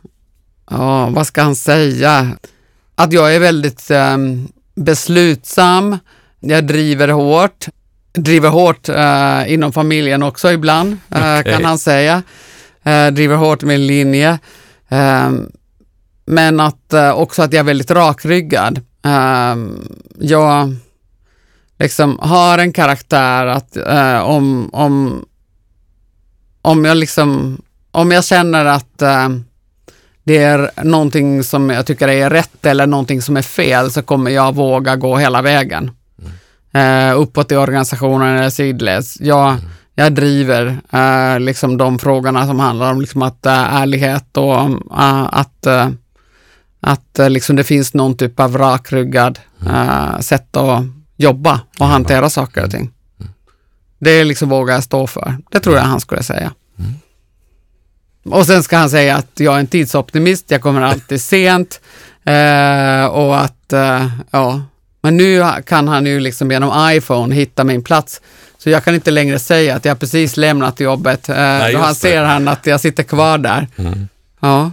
ja, vad ska han säga? Att jag är väldigt um, beslutsam, jag driver hårt, driver hårt uh, inom familjen också ibland, uh, okay. kan han säga. Uh, driver hårt med en linje. Uh, men att uh, också att jag är väldigt rakryggad. Uh, jag liksom har en karaktär att uh, om, om, om jag liksom om jag känner att uh, det är någonting som jag tycker är rätt eller någonting som är fel, så kommer jag våga gå hela vägen. Mm. Uh, uppåt i organisationen eller sidleds. Jag mm. Jag driver äh, liksom de frågorna som handlar om liksom att äh, ärlighet och äh, att, äh, att äh, liksom det finns någon typ av rakryggad äh, sätt att jobba och mm. hantera saker och ting. Mm. Det liksom vågar jag stå för. Det tror jag han skulle säga. Mm. Och sen ska han säga att jag är en tidsoptimist, jag kommer alltid sent äh, och att äh, ja, men nu kan han ju liksom genom iPhone hitta min plats. Så jag kan inte längre säga att jag precis lämnat jobbet. Nej, då han ser han att jag sitter kvar där. Mm. Ja.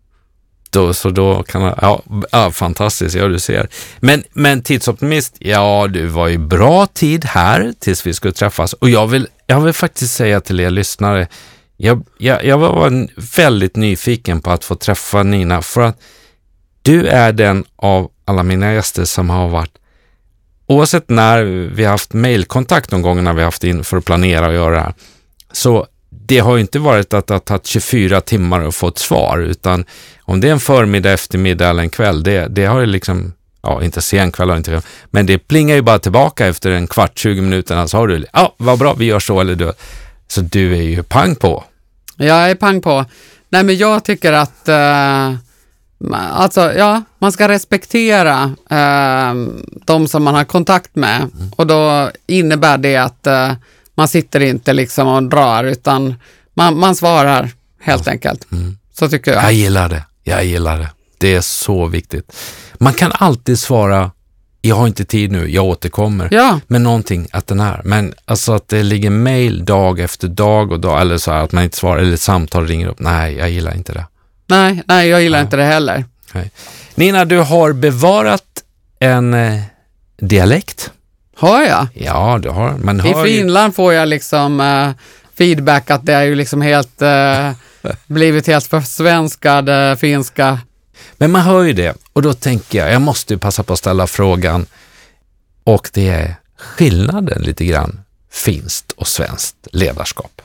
Då, så då kan han, ja, ja, fantastiskt, ja du ser. Men, men tidsoptimist, ja du var ju bra tid här tills vi skulle träffas. Och jag vill, jag vill faktiskt säga till er lyssnare, jag, jag, jag var väldigt nyfiken på att få träffa Nina. För att du är den av alla mina gäster som har varit, oavsett när vi har haft mejlkontakt någon gång när vi har haft in för att planera och göra det här, så det har ju inte varit att det har tagit tjugofyra timmar och fått svar, utan om det är en förmiddag, eftermiddag eller en kväll, det, det har ju liksom, ja inte sen kväll har inte, men det plingar ju bara tillbaka efter en kvart, tjugo minuter, så har du, ja vad bra, vi gör så eller du. Så du är ju pang på. Jag är pang på. Nej men jag tycker att uh... alltså ja, man ska respektera eh, de som man har kontakt med mm. och då innebär det att eh, man sitter inte liksom och drar, utan man, man svarar helt ja. enkelt. Mm. Så tycker jag. Jag gillar det, jag gillar det. Det är så viktigt. Man kan alltid svara, jag har inte tid nu, jag återkommer. Ja. Med någonting att den är. Men alltså att det ligger mejl dag efter dag och dag, eller så här, att man inte svarar, eller ett samtal ringer upp. Nej, jag gillar inte det. Nej, nej, jag gillar ja. inte det heller. Nej. Nina, du har bevarat en eh, dialekt. Har jag? Ja, du har. Man I har Finland ju... får jag liksom eh, feedback att det är ju liksom helt eh, blivit helt försvenskad eh, finska. Men man hör ju det. Och då tänker jag, jag måste ju passa på att ställa frågan. Och det är skillnaden lite grann finskt och svenskt ledarskap.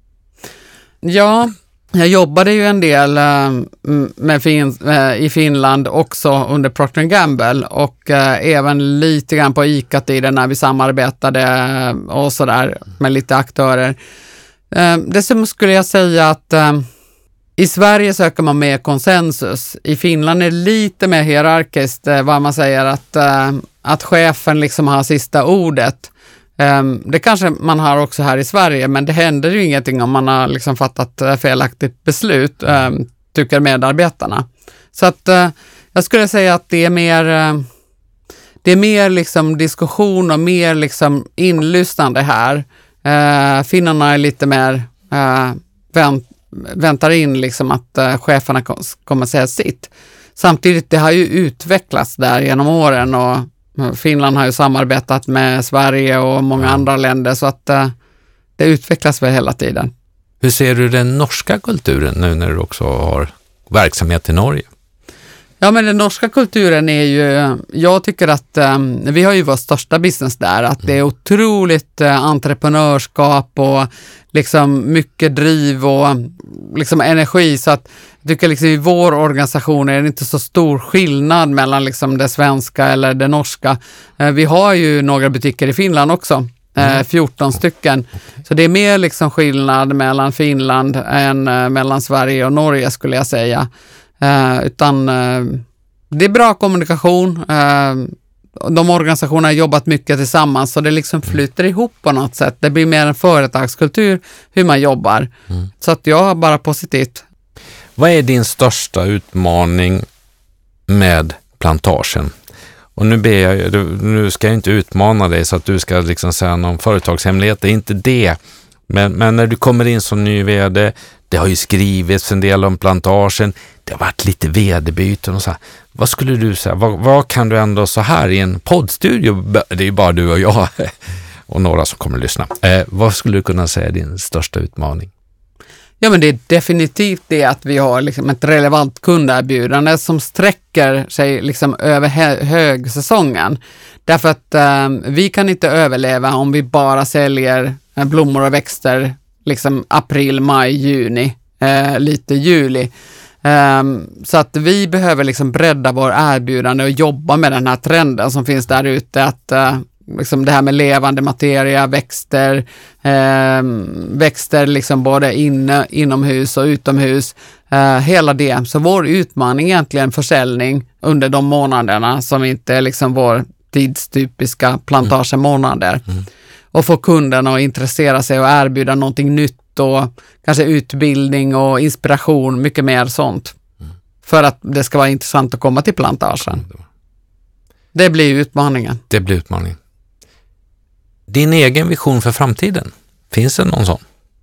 Ja, jag jobbade ju en del äh, med fin- äh, i Finland också under Procter and Gamble och äh, även lite grann på ICA-tiden när vi samarbetade äh, och sådär med lite aktörer. Äh, dessutom skulle jag säga att äh, I Sverige söker man mer konsensus. I Finland är det lite mer hierarkiskt, vad man säger att, att chefen liksom har sista ordet. Det kanske man har också här i Sverige, men det händer ju ingenting om man har liksom fattat felaktigt beslut, tycker medarbetarna. Så att jag skulle säga att det är mer, det är mer liksom diskussion och mer liksom inlyssnande här. Finnarna är lite mer vänt väntar in liksom att uh, cheferna kommer säga sitt. Samtidigt, det har ju utvecklats där genom åren och Finland har ju samarbetat med Sverige och många mm. andra länder, så att uh, det utvecklas väl hela tiden. Hur ser du den norska kulturen nu när du också har verksamhet i Norge? Ja, men den norska kulturen är ju, jag tycker att um, vi har ju vår största business där, att mm. det är otroligt uh, entreprenörskap och liksom mycket driv och liksom energi, så att jag tycker liksom i vår organisation är det inte så stor skillnad mellan liksom det svenska eller det norska. Uh, vi har ju några butiker i Finland också, mm. uh, fjorton stycken, så det är mer liksom skillnad mellan Finland än uh, mellan Sverige och Norge skulle jag säga. Uh, utan uh, det är bra kommunikation. Uh, de organisationerna har jobbat mycket tillsammans, så det liksom flyter ihop på något sätt. Det blir mer en företagskultur hur man jobbar. Mm. Så att jag har bara positivt. Vad är din största utmaning med plantagen? Och nu ber jag, nu ska jag inte utmana dig så att du ska liksom säga någon företagshemlighet, det är inte det. Men, men när du kommer in som ny vd, det har ju skrivits en del om plantagen, det har varit lite vd-byten och så här. Vad skulle du säga, vad, vad kan du ändå så här i en poddstudio, det är ju bara du och jag och några som kommer att lyssna. Eh, vad skulle du kunna säga är din största utmaning? Ja, men det är definitivt det att vi har liksom ett relevant kunderbjudande som sträcker sig liksom över hö- högsäsongen. Därför att eh, vi kan inte överleva om vi bara säljer eh, blommor och växter liksom april, maj, juni, eh, lite juli. Um, så att vi behöver liksom bredda vår erbjudande och jobba med den här trenden som finns där ute, att uh, liksom det här med levande materia, växter, um, växter liksom både inne, inomhus och utomhus, uh, hela det. Så vår utmaning är egentligen försäljning under de månaderna som inte är liksom vår tidstypiska plantagemånader. Mm. Och få kunderna att intressera sig och erbjuda någonting nytt och kanske utbildning och inspiration, mycket mer sånt. Mm. För att det ska vara intressant att komma till plantagen. Mm. Det blir utmaningen. Det blir utmaningen. Din egen vision för framtiden, finns det någon sån?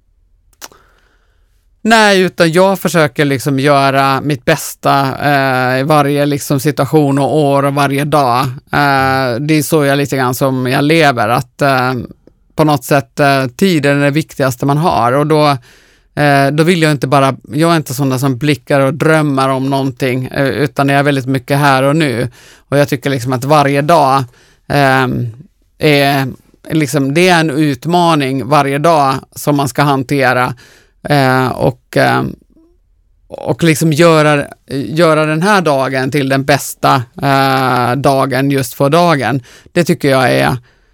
Nej, utan jag försöker liksom göra mitt bästa eh, i varje liksom situation och år och varje dag. Eh, det är så jag lite grann som jag lever, att eh, på något sätt eh, tiden är det viktigaste man har, och då, eh, då vill jag inte bara, jag är inte sån där som blickar och drömmar om någonting, eh, utan jag är väldigt mycket här och nu, och jag tycker liksom att varje dag eh, är liksom, det är en utmaning varje dag som man ska hantera. Eh, och eh, och liksom göra, göra den här dagen till den bästa eh, dagen just för dagen. Det tycker jag är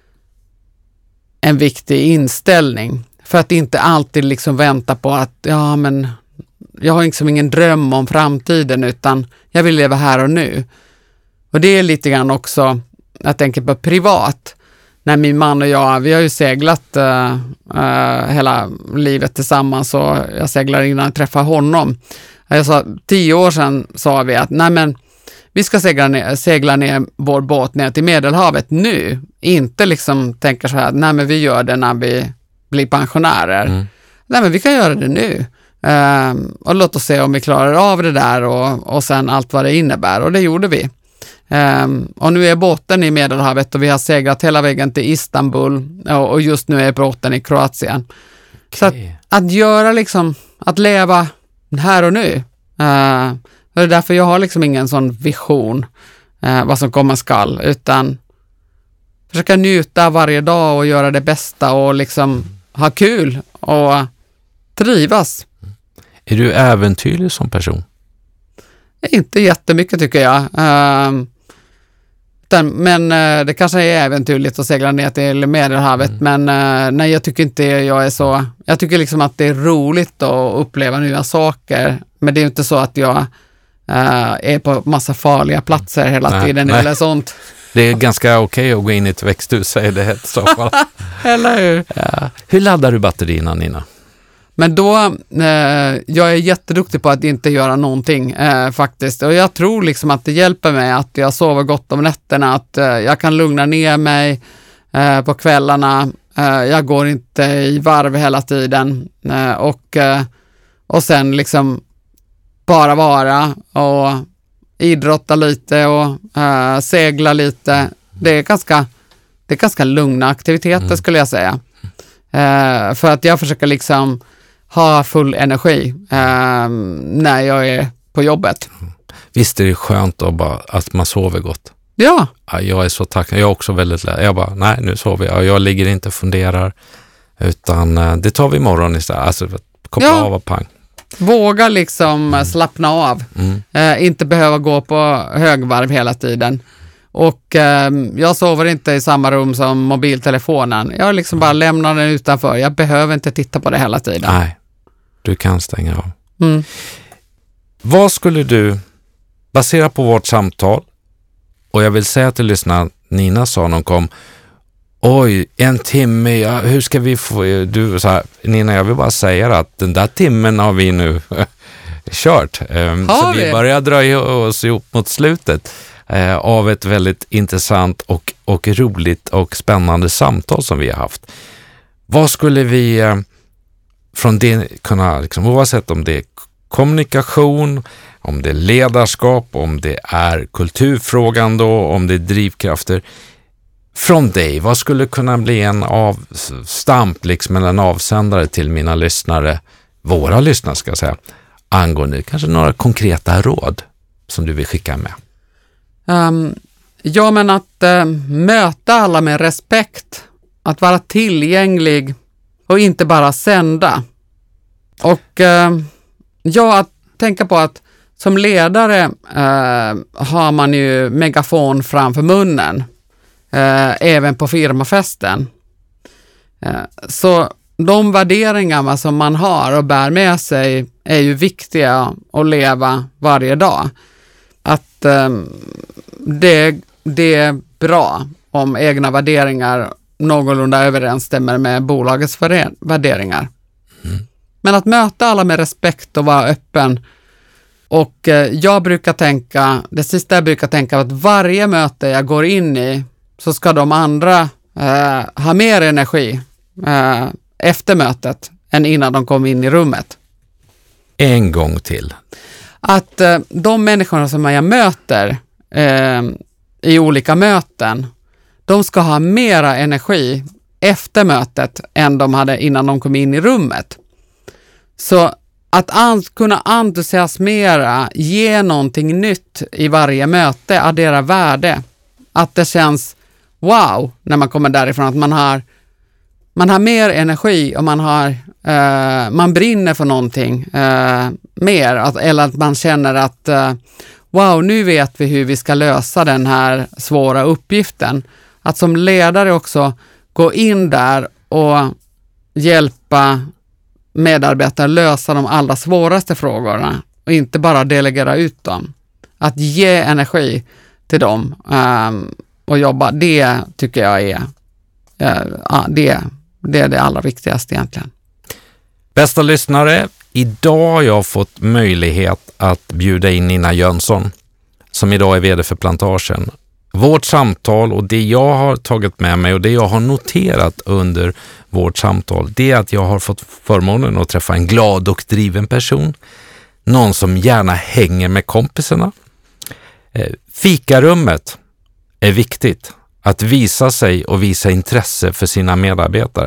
en viktig inställning, för att inte alltid liksom vänta på att ja, men jag har liksom ingen dröm om framtiden, utan jag vill leva här och nu. Och det är lite grann också, jag tänker på privat. När min man och jag, vi har ju seglat uh, uh, hela livet tillsammans, och jag seglar innan jag träffade honom. Jag sa, tio år sedan sa vi att nej, men vi ska segla ner, segla ner vår båt ner till Medelhavet nu. Inte liksom tänka så här, nej men vi gör det när vi blir pensionärer. Mm. Nej, men vi kan göra det nu. Uh, och låt oss se om vi klarar av det där och, och sen allt vad det innebär. Och det gjorde vi. Um, och nu är båten i Medelhavet och vi har seglat hela vägen till Istanbul, och, och just nu är båten i Kroatien. Okay. Så att, att göra liksom, att leva här och nu. Uh, det är därför jag har liksom ingen sån vision uh, vad som komma skall, utan försöka njuta varje dag och göra det bästa och liksom mm. ha kul och trivas. Är du äventyrlig som person? Inte jättemycket tycker jag. Uh, Utan, men eh, det kanske är äventyrligt att segla ner till Medelhavet, mm. men eh, nej, jag tycker inte jag är så. Jag tycker liksom att det är roligt att uppleva nya saker, men det är inte så att jag eh, är på massa farliga platser hela nej, tiden nej. eller sånt. Det är ganska okej att gå in i ett växthus, säger det i så fall. Eller hur? Ja. Hur laddar du batterierna, Nina? Men då, eh, jag är jätteduktig på att inte göra någonting eh, faktiskt. Och jag tror liksom att det hjälper mig att jag sover gott om nätterna, att eh, jag kan lugna ner mig eh, på kvällarna. Eh, jag går inte i varv hela tiden. Eh, och, eh, och sen liksom bara vara och idrotta lite och eh, segla lite. Det är ganska, det är ganska lugna aktiviteter mm. skulle jag säga. Eh, för att jag försöker liksom ha full energi eh, när jag är på jobbet. Visst är det skönt att, bara, att man sover gott? Ja. ja. Jag är så tacksam. Jag är också väldigt lätt. Jag bara, nej nu sover jag. Jag ligger inte och funderar. Utan eh, det tar vi imorgon istället. Alltså koppla ja. av och pang. Våga liksom mm. slappna av. Mm. Eh, inte behöva gå på högvarv hela tiden. Och eh, jag sover inte i samma rum som mobiltelefonen. Jag liksom bara lämnar den utanför. Jag behöver inte titta på det hela tiden. Nej, du kan stänga av. Mm. Vad skulle du, baserat på vårt samtal, och jag vill säga till lyssnarna, Nina sa när hon kom, oj, en timme, ja, hur ska vi få, du så här, Nina, jag vill bara säga att den där timmen har vi nu kört. Um, så vi, vi börjar dra oss ihop mot slutet eh, av ett väldigt intressant och, och roligt och spännande samtal som vi har haft. Vad skulle vi eh, från det kunna, liksom, oavsett om det är kommunikation, om det är ledarskap, om det är kulturfrågan då, om det är drivkrafter, från dig, vad skulle kunna bli en avstamp liksom, eller en avsändare till mina lyssnare, våra lyssnare ska jag säga, angående kanske några konkreta råd som du vill skicka med? Um, ja, men att uh, möta alla med respekt, att vara tillgänglig och inte bara sända. Och uh, ja, att tänka på att som ledare uh, har man ju megafon framför munnen. Eh, även på firmafesten. Eh, så de värderingarna som man har och bär med sig är ju viktiga att leva varje dag. Att eh, det, det är bra om egna värderingar någorlunda överensstämmer med bolagets värderingar. Mm. Men att möta alla med respekt och vara öppen. Och eh, jag brukar tänka, det sista jag brukar tänka att varje möte jag går in i så ska de andra eh, ha mer energi eh, efter mötet än innan de kom in i rummet. En gång till. Att eh, de människorna som jag möter eh, i olika möten, de ska ha mera energi efter mötet än de hade innan de kom in i rummet. Så att an- kunna entusiasmera, ge någonting nytt i varje möte, addera värde. Att det känns wow när man kommer därifrån, att man har man har mer energi och man har eh, man brinner för någonting eh, mer, att, eller att man känner att eh, wow, nu vet vi hur vi ska lösa den här svåra uppgiften. Att som ledare också gå in där och hjälpa medarbetare lösa de allra svåraste frågorna och inte bara delegera ut dem. Att ge energi till dem um, och jobba, det tycker jag är uh, det, det är det allra viktigaste egentligen. Bästa lyssnare, idag har jag fått möjlighet att bjuda in Nina Jönsson som idag är vd för Plantagen. Vårt samtal och det jag har tagit med mig och det jag har noterat under vårt samtal, det är att jag har fått förmånen att träffa en glad och driven person. Någon som gärna hänger med kompisarna. Fikarummet är viktigt. Att visa sig och visa intresse för sina medarbetare.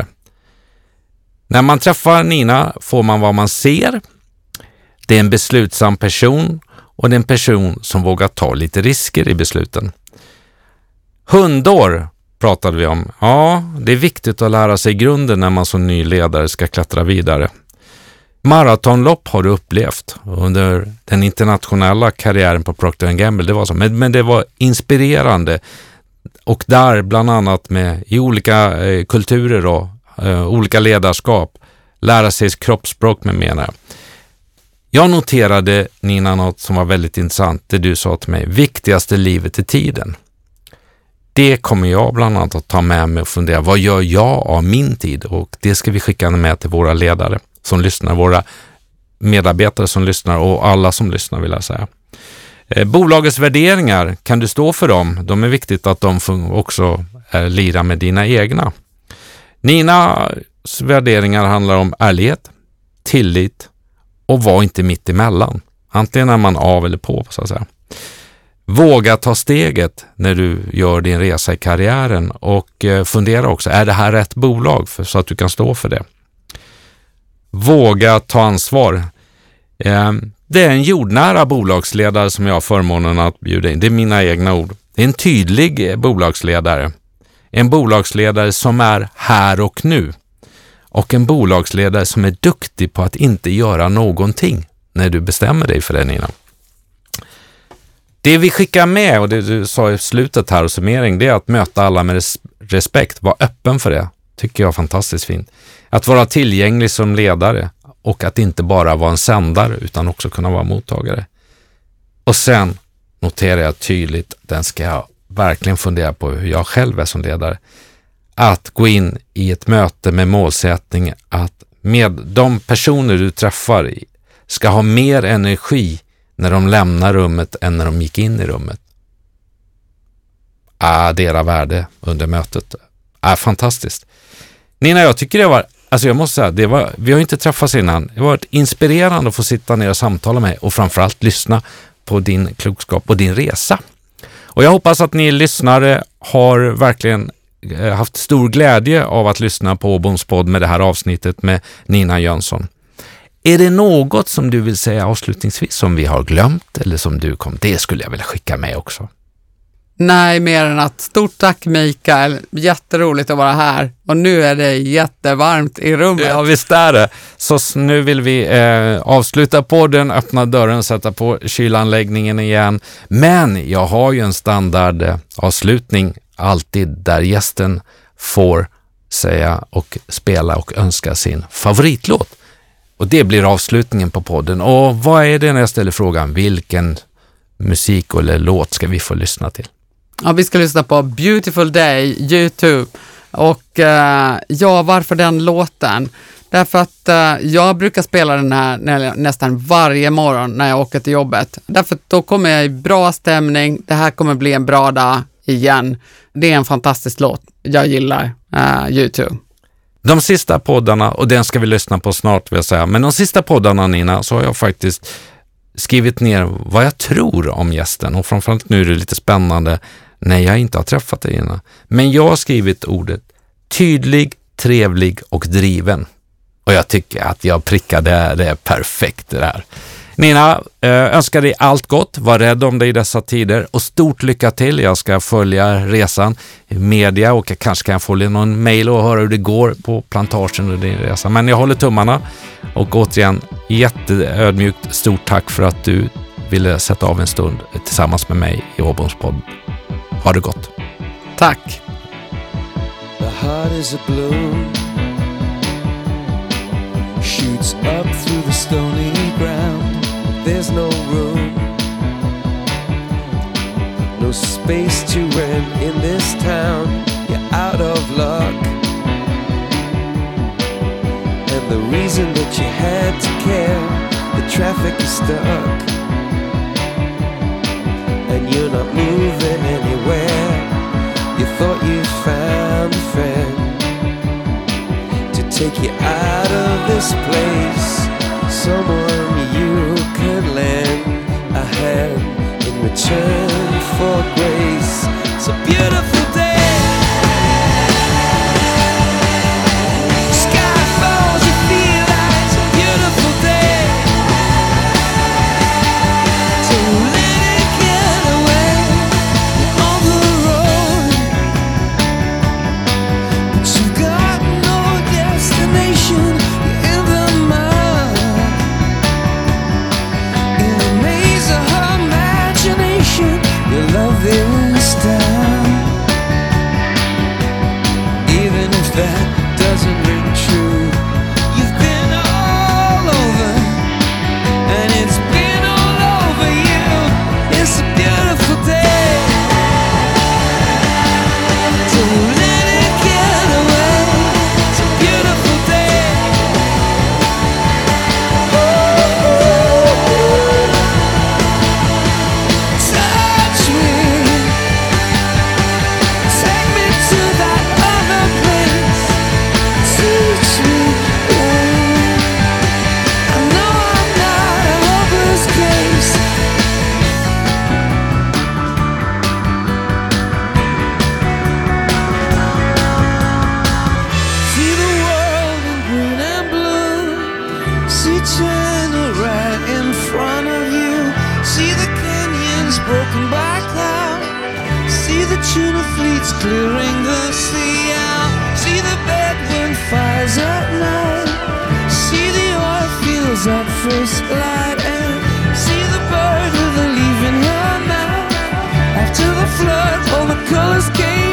När man träffar Nina får man vad man ser. Det är en beslutsam person och det är en person som vågar ta lite risker i besluten. Hundår pratade vi om. Ja, det är viktigt att lära sig grunden när man som ny ledare ska klättra vidare. Maratonlopp har du upplevt under den internationella karriären på Procter and Gamble. Det var så, men, men det var inspirerande. och där bland annat med i olika eh, kulturer och eh, olika ledarskap lära sig kroppsspråk med mera. Jag noterade, Nina, något som var väldigt intressant. Det du sa till mig, viktigaste livet i tiden. Det kommer jag bland annat att ta med mig och fundera, vad gör jag av min tid? Och det ska vi skicka med till våra ledare som lyssnar, våra medarbetare som lyssnar och alla som lyssnar, vill jag säga. Eh, bolagets värderingar, kan du stå för dem? De är viktigt att de också eh, lirar med dina egna. Ninas värderingar handlar om ärlighet, tillit och var inte mitt emellan. Antingen är man av eller på, så att säga. Våga ta steget när du gör din resa i karriären och eh, fundera också, är det här rätt bolag för, så att du kan stå för det? Våga ta ansvar. Eh, det är en jordnära bolagsledare som jag har förmånen att bjuda in. Det är mina egna ord. Det är en tydlig eh, bolagsledare. En bolagsledare som är här och nu. Och en bolagsledare som är duktig på att inte göra någonting när du bestämmer dig för det, Nina. Det vi skickar med, och det du sa i slutet här och summering, det är att möta alla med res- respekt. Var öppen för det. Tycker jag är fantastiskt fint. Att vara tillgänglig som ledare och att inte bara vara en sändare utan också kunna vara mottagare. Och sen noterar jag tydligt, den ska jag verkligen fundera på hur jag själv är som ledare. Att gå in i ett möte med målsättning att med de personer du träffar ska ha mer energi när de lämnar rummet än när de gick in i rummet. Addera värde under mötet. Är fantastiskt. Nina, jag tycker det var, alltså jag måste säga, det var, vi har inte träffats innan. Det har varit inspirerande att få sitta ner och samtala med och framförallt lyssna på din klokskap och din resa. Och jag hoppas att ni lyssnare har verkligen haft stor glädje av att lyssna på Åboms podd med det här avsnittet med Nina Jönsson. Är det något som du vill säga avslutningsvis som vi har glömt eller som du kom? Det skulle jag vilja skicka med också. Nej, mer än att stort tack Mikael, jätteroligt att vara här och nu är det jättevarmt i rummet. Ja, visst är det. Så nu vill vi eh, avsluta podden, öppna dörren, sätta på kylanläggningen igen. Men jag har ju en standard eh, avslutning alltid där gästen får säga och spela och önska sin favoritlåt. Och det blir avslutningen på podden. Och vad är det när jag ställer frågan? Vilken musik eller låt ska vi få lyssna till? Ja, vi ska lyssna på Beautiful Day, YouTube. Och eh, ja, varför den låten? Därför att eh, jag brukar spela den här nä- nästan varje morgon när jag åker till jobbet. Därför att då kommer jag i bra stämning. Det här kommer bli en bra dag igen. Det är en fantastisk låt. Jag gillar eh, YouTube. De sista poddarna, och den ska vi lyssna på snart vill jag säga, men de sista poddarna, Nina, så har jag faktiskt skrivit ner vad jag tror om gästen. Och framförallt nu är det lite spännande när jag inte har träffat dig innan. Men jag har skrivit ordet tydlig, trevlig och driven. Och jag tycker att jag prickade det är perfekt det där. Nina, önskar dig allt gott. Var rädd om dig i dessa tider. Och stort lycka till. Jag ska följa resan i media och jag kanske kan få någon mejl och höra hur det går på plantagen och din resa. Men jag håller tummarna. Och återigen, jätteödmjukt stort tack för att du ville sätta av en stund tillsammans med mig i Åboms podd. Ha det gott. Tack. The heart is a bloom, shoots up through the stony ground. There's no room, no space to rent in this town. You're out of luck, and the reason that you had to care, the traffic is stuck, and you're not moving anywhere. You thought you found a friend to take you out of this place, someone you could lend a hand in return for grace. It's a beautiful day. Sky falls, you feel like it's a beautiful day. So let it get away on the road, but you've got no destination. You're in the mud, in the maze of her imagination. Your love is down. tuna fleets clearing the sea out. See the bedroom fires at night. See the oil fields at first light. And see the bird with a leaf in her mouth. After the flood, all the colors came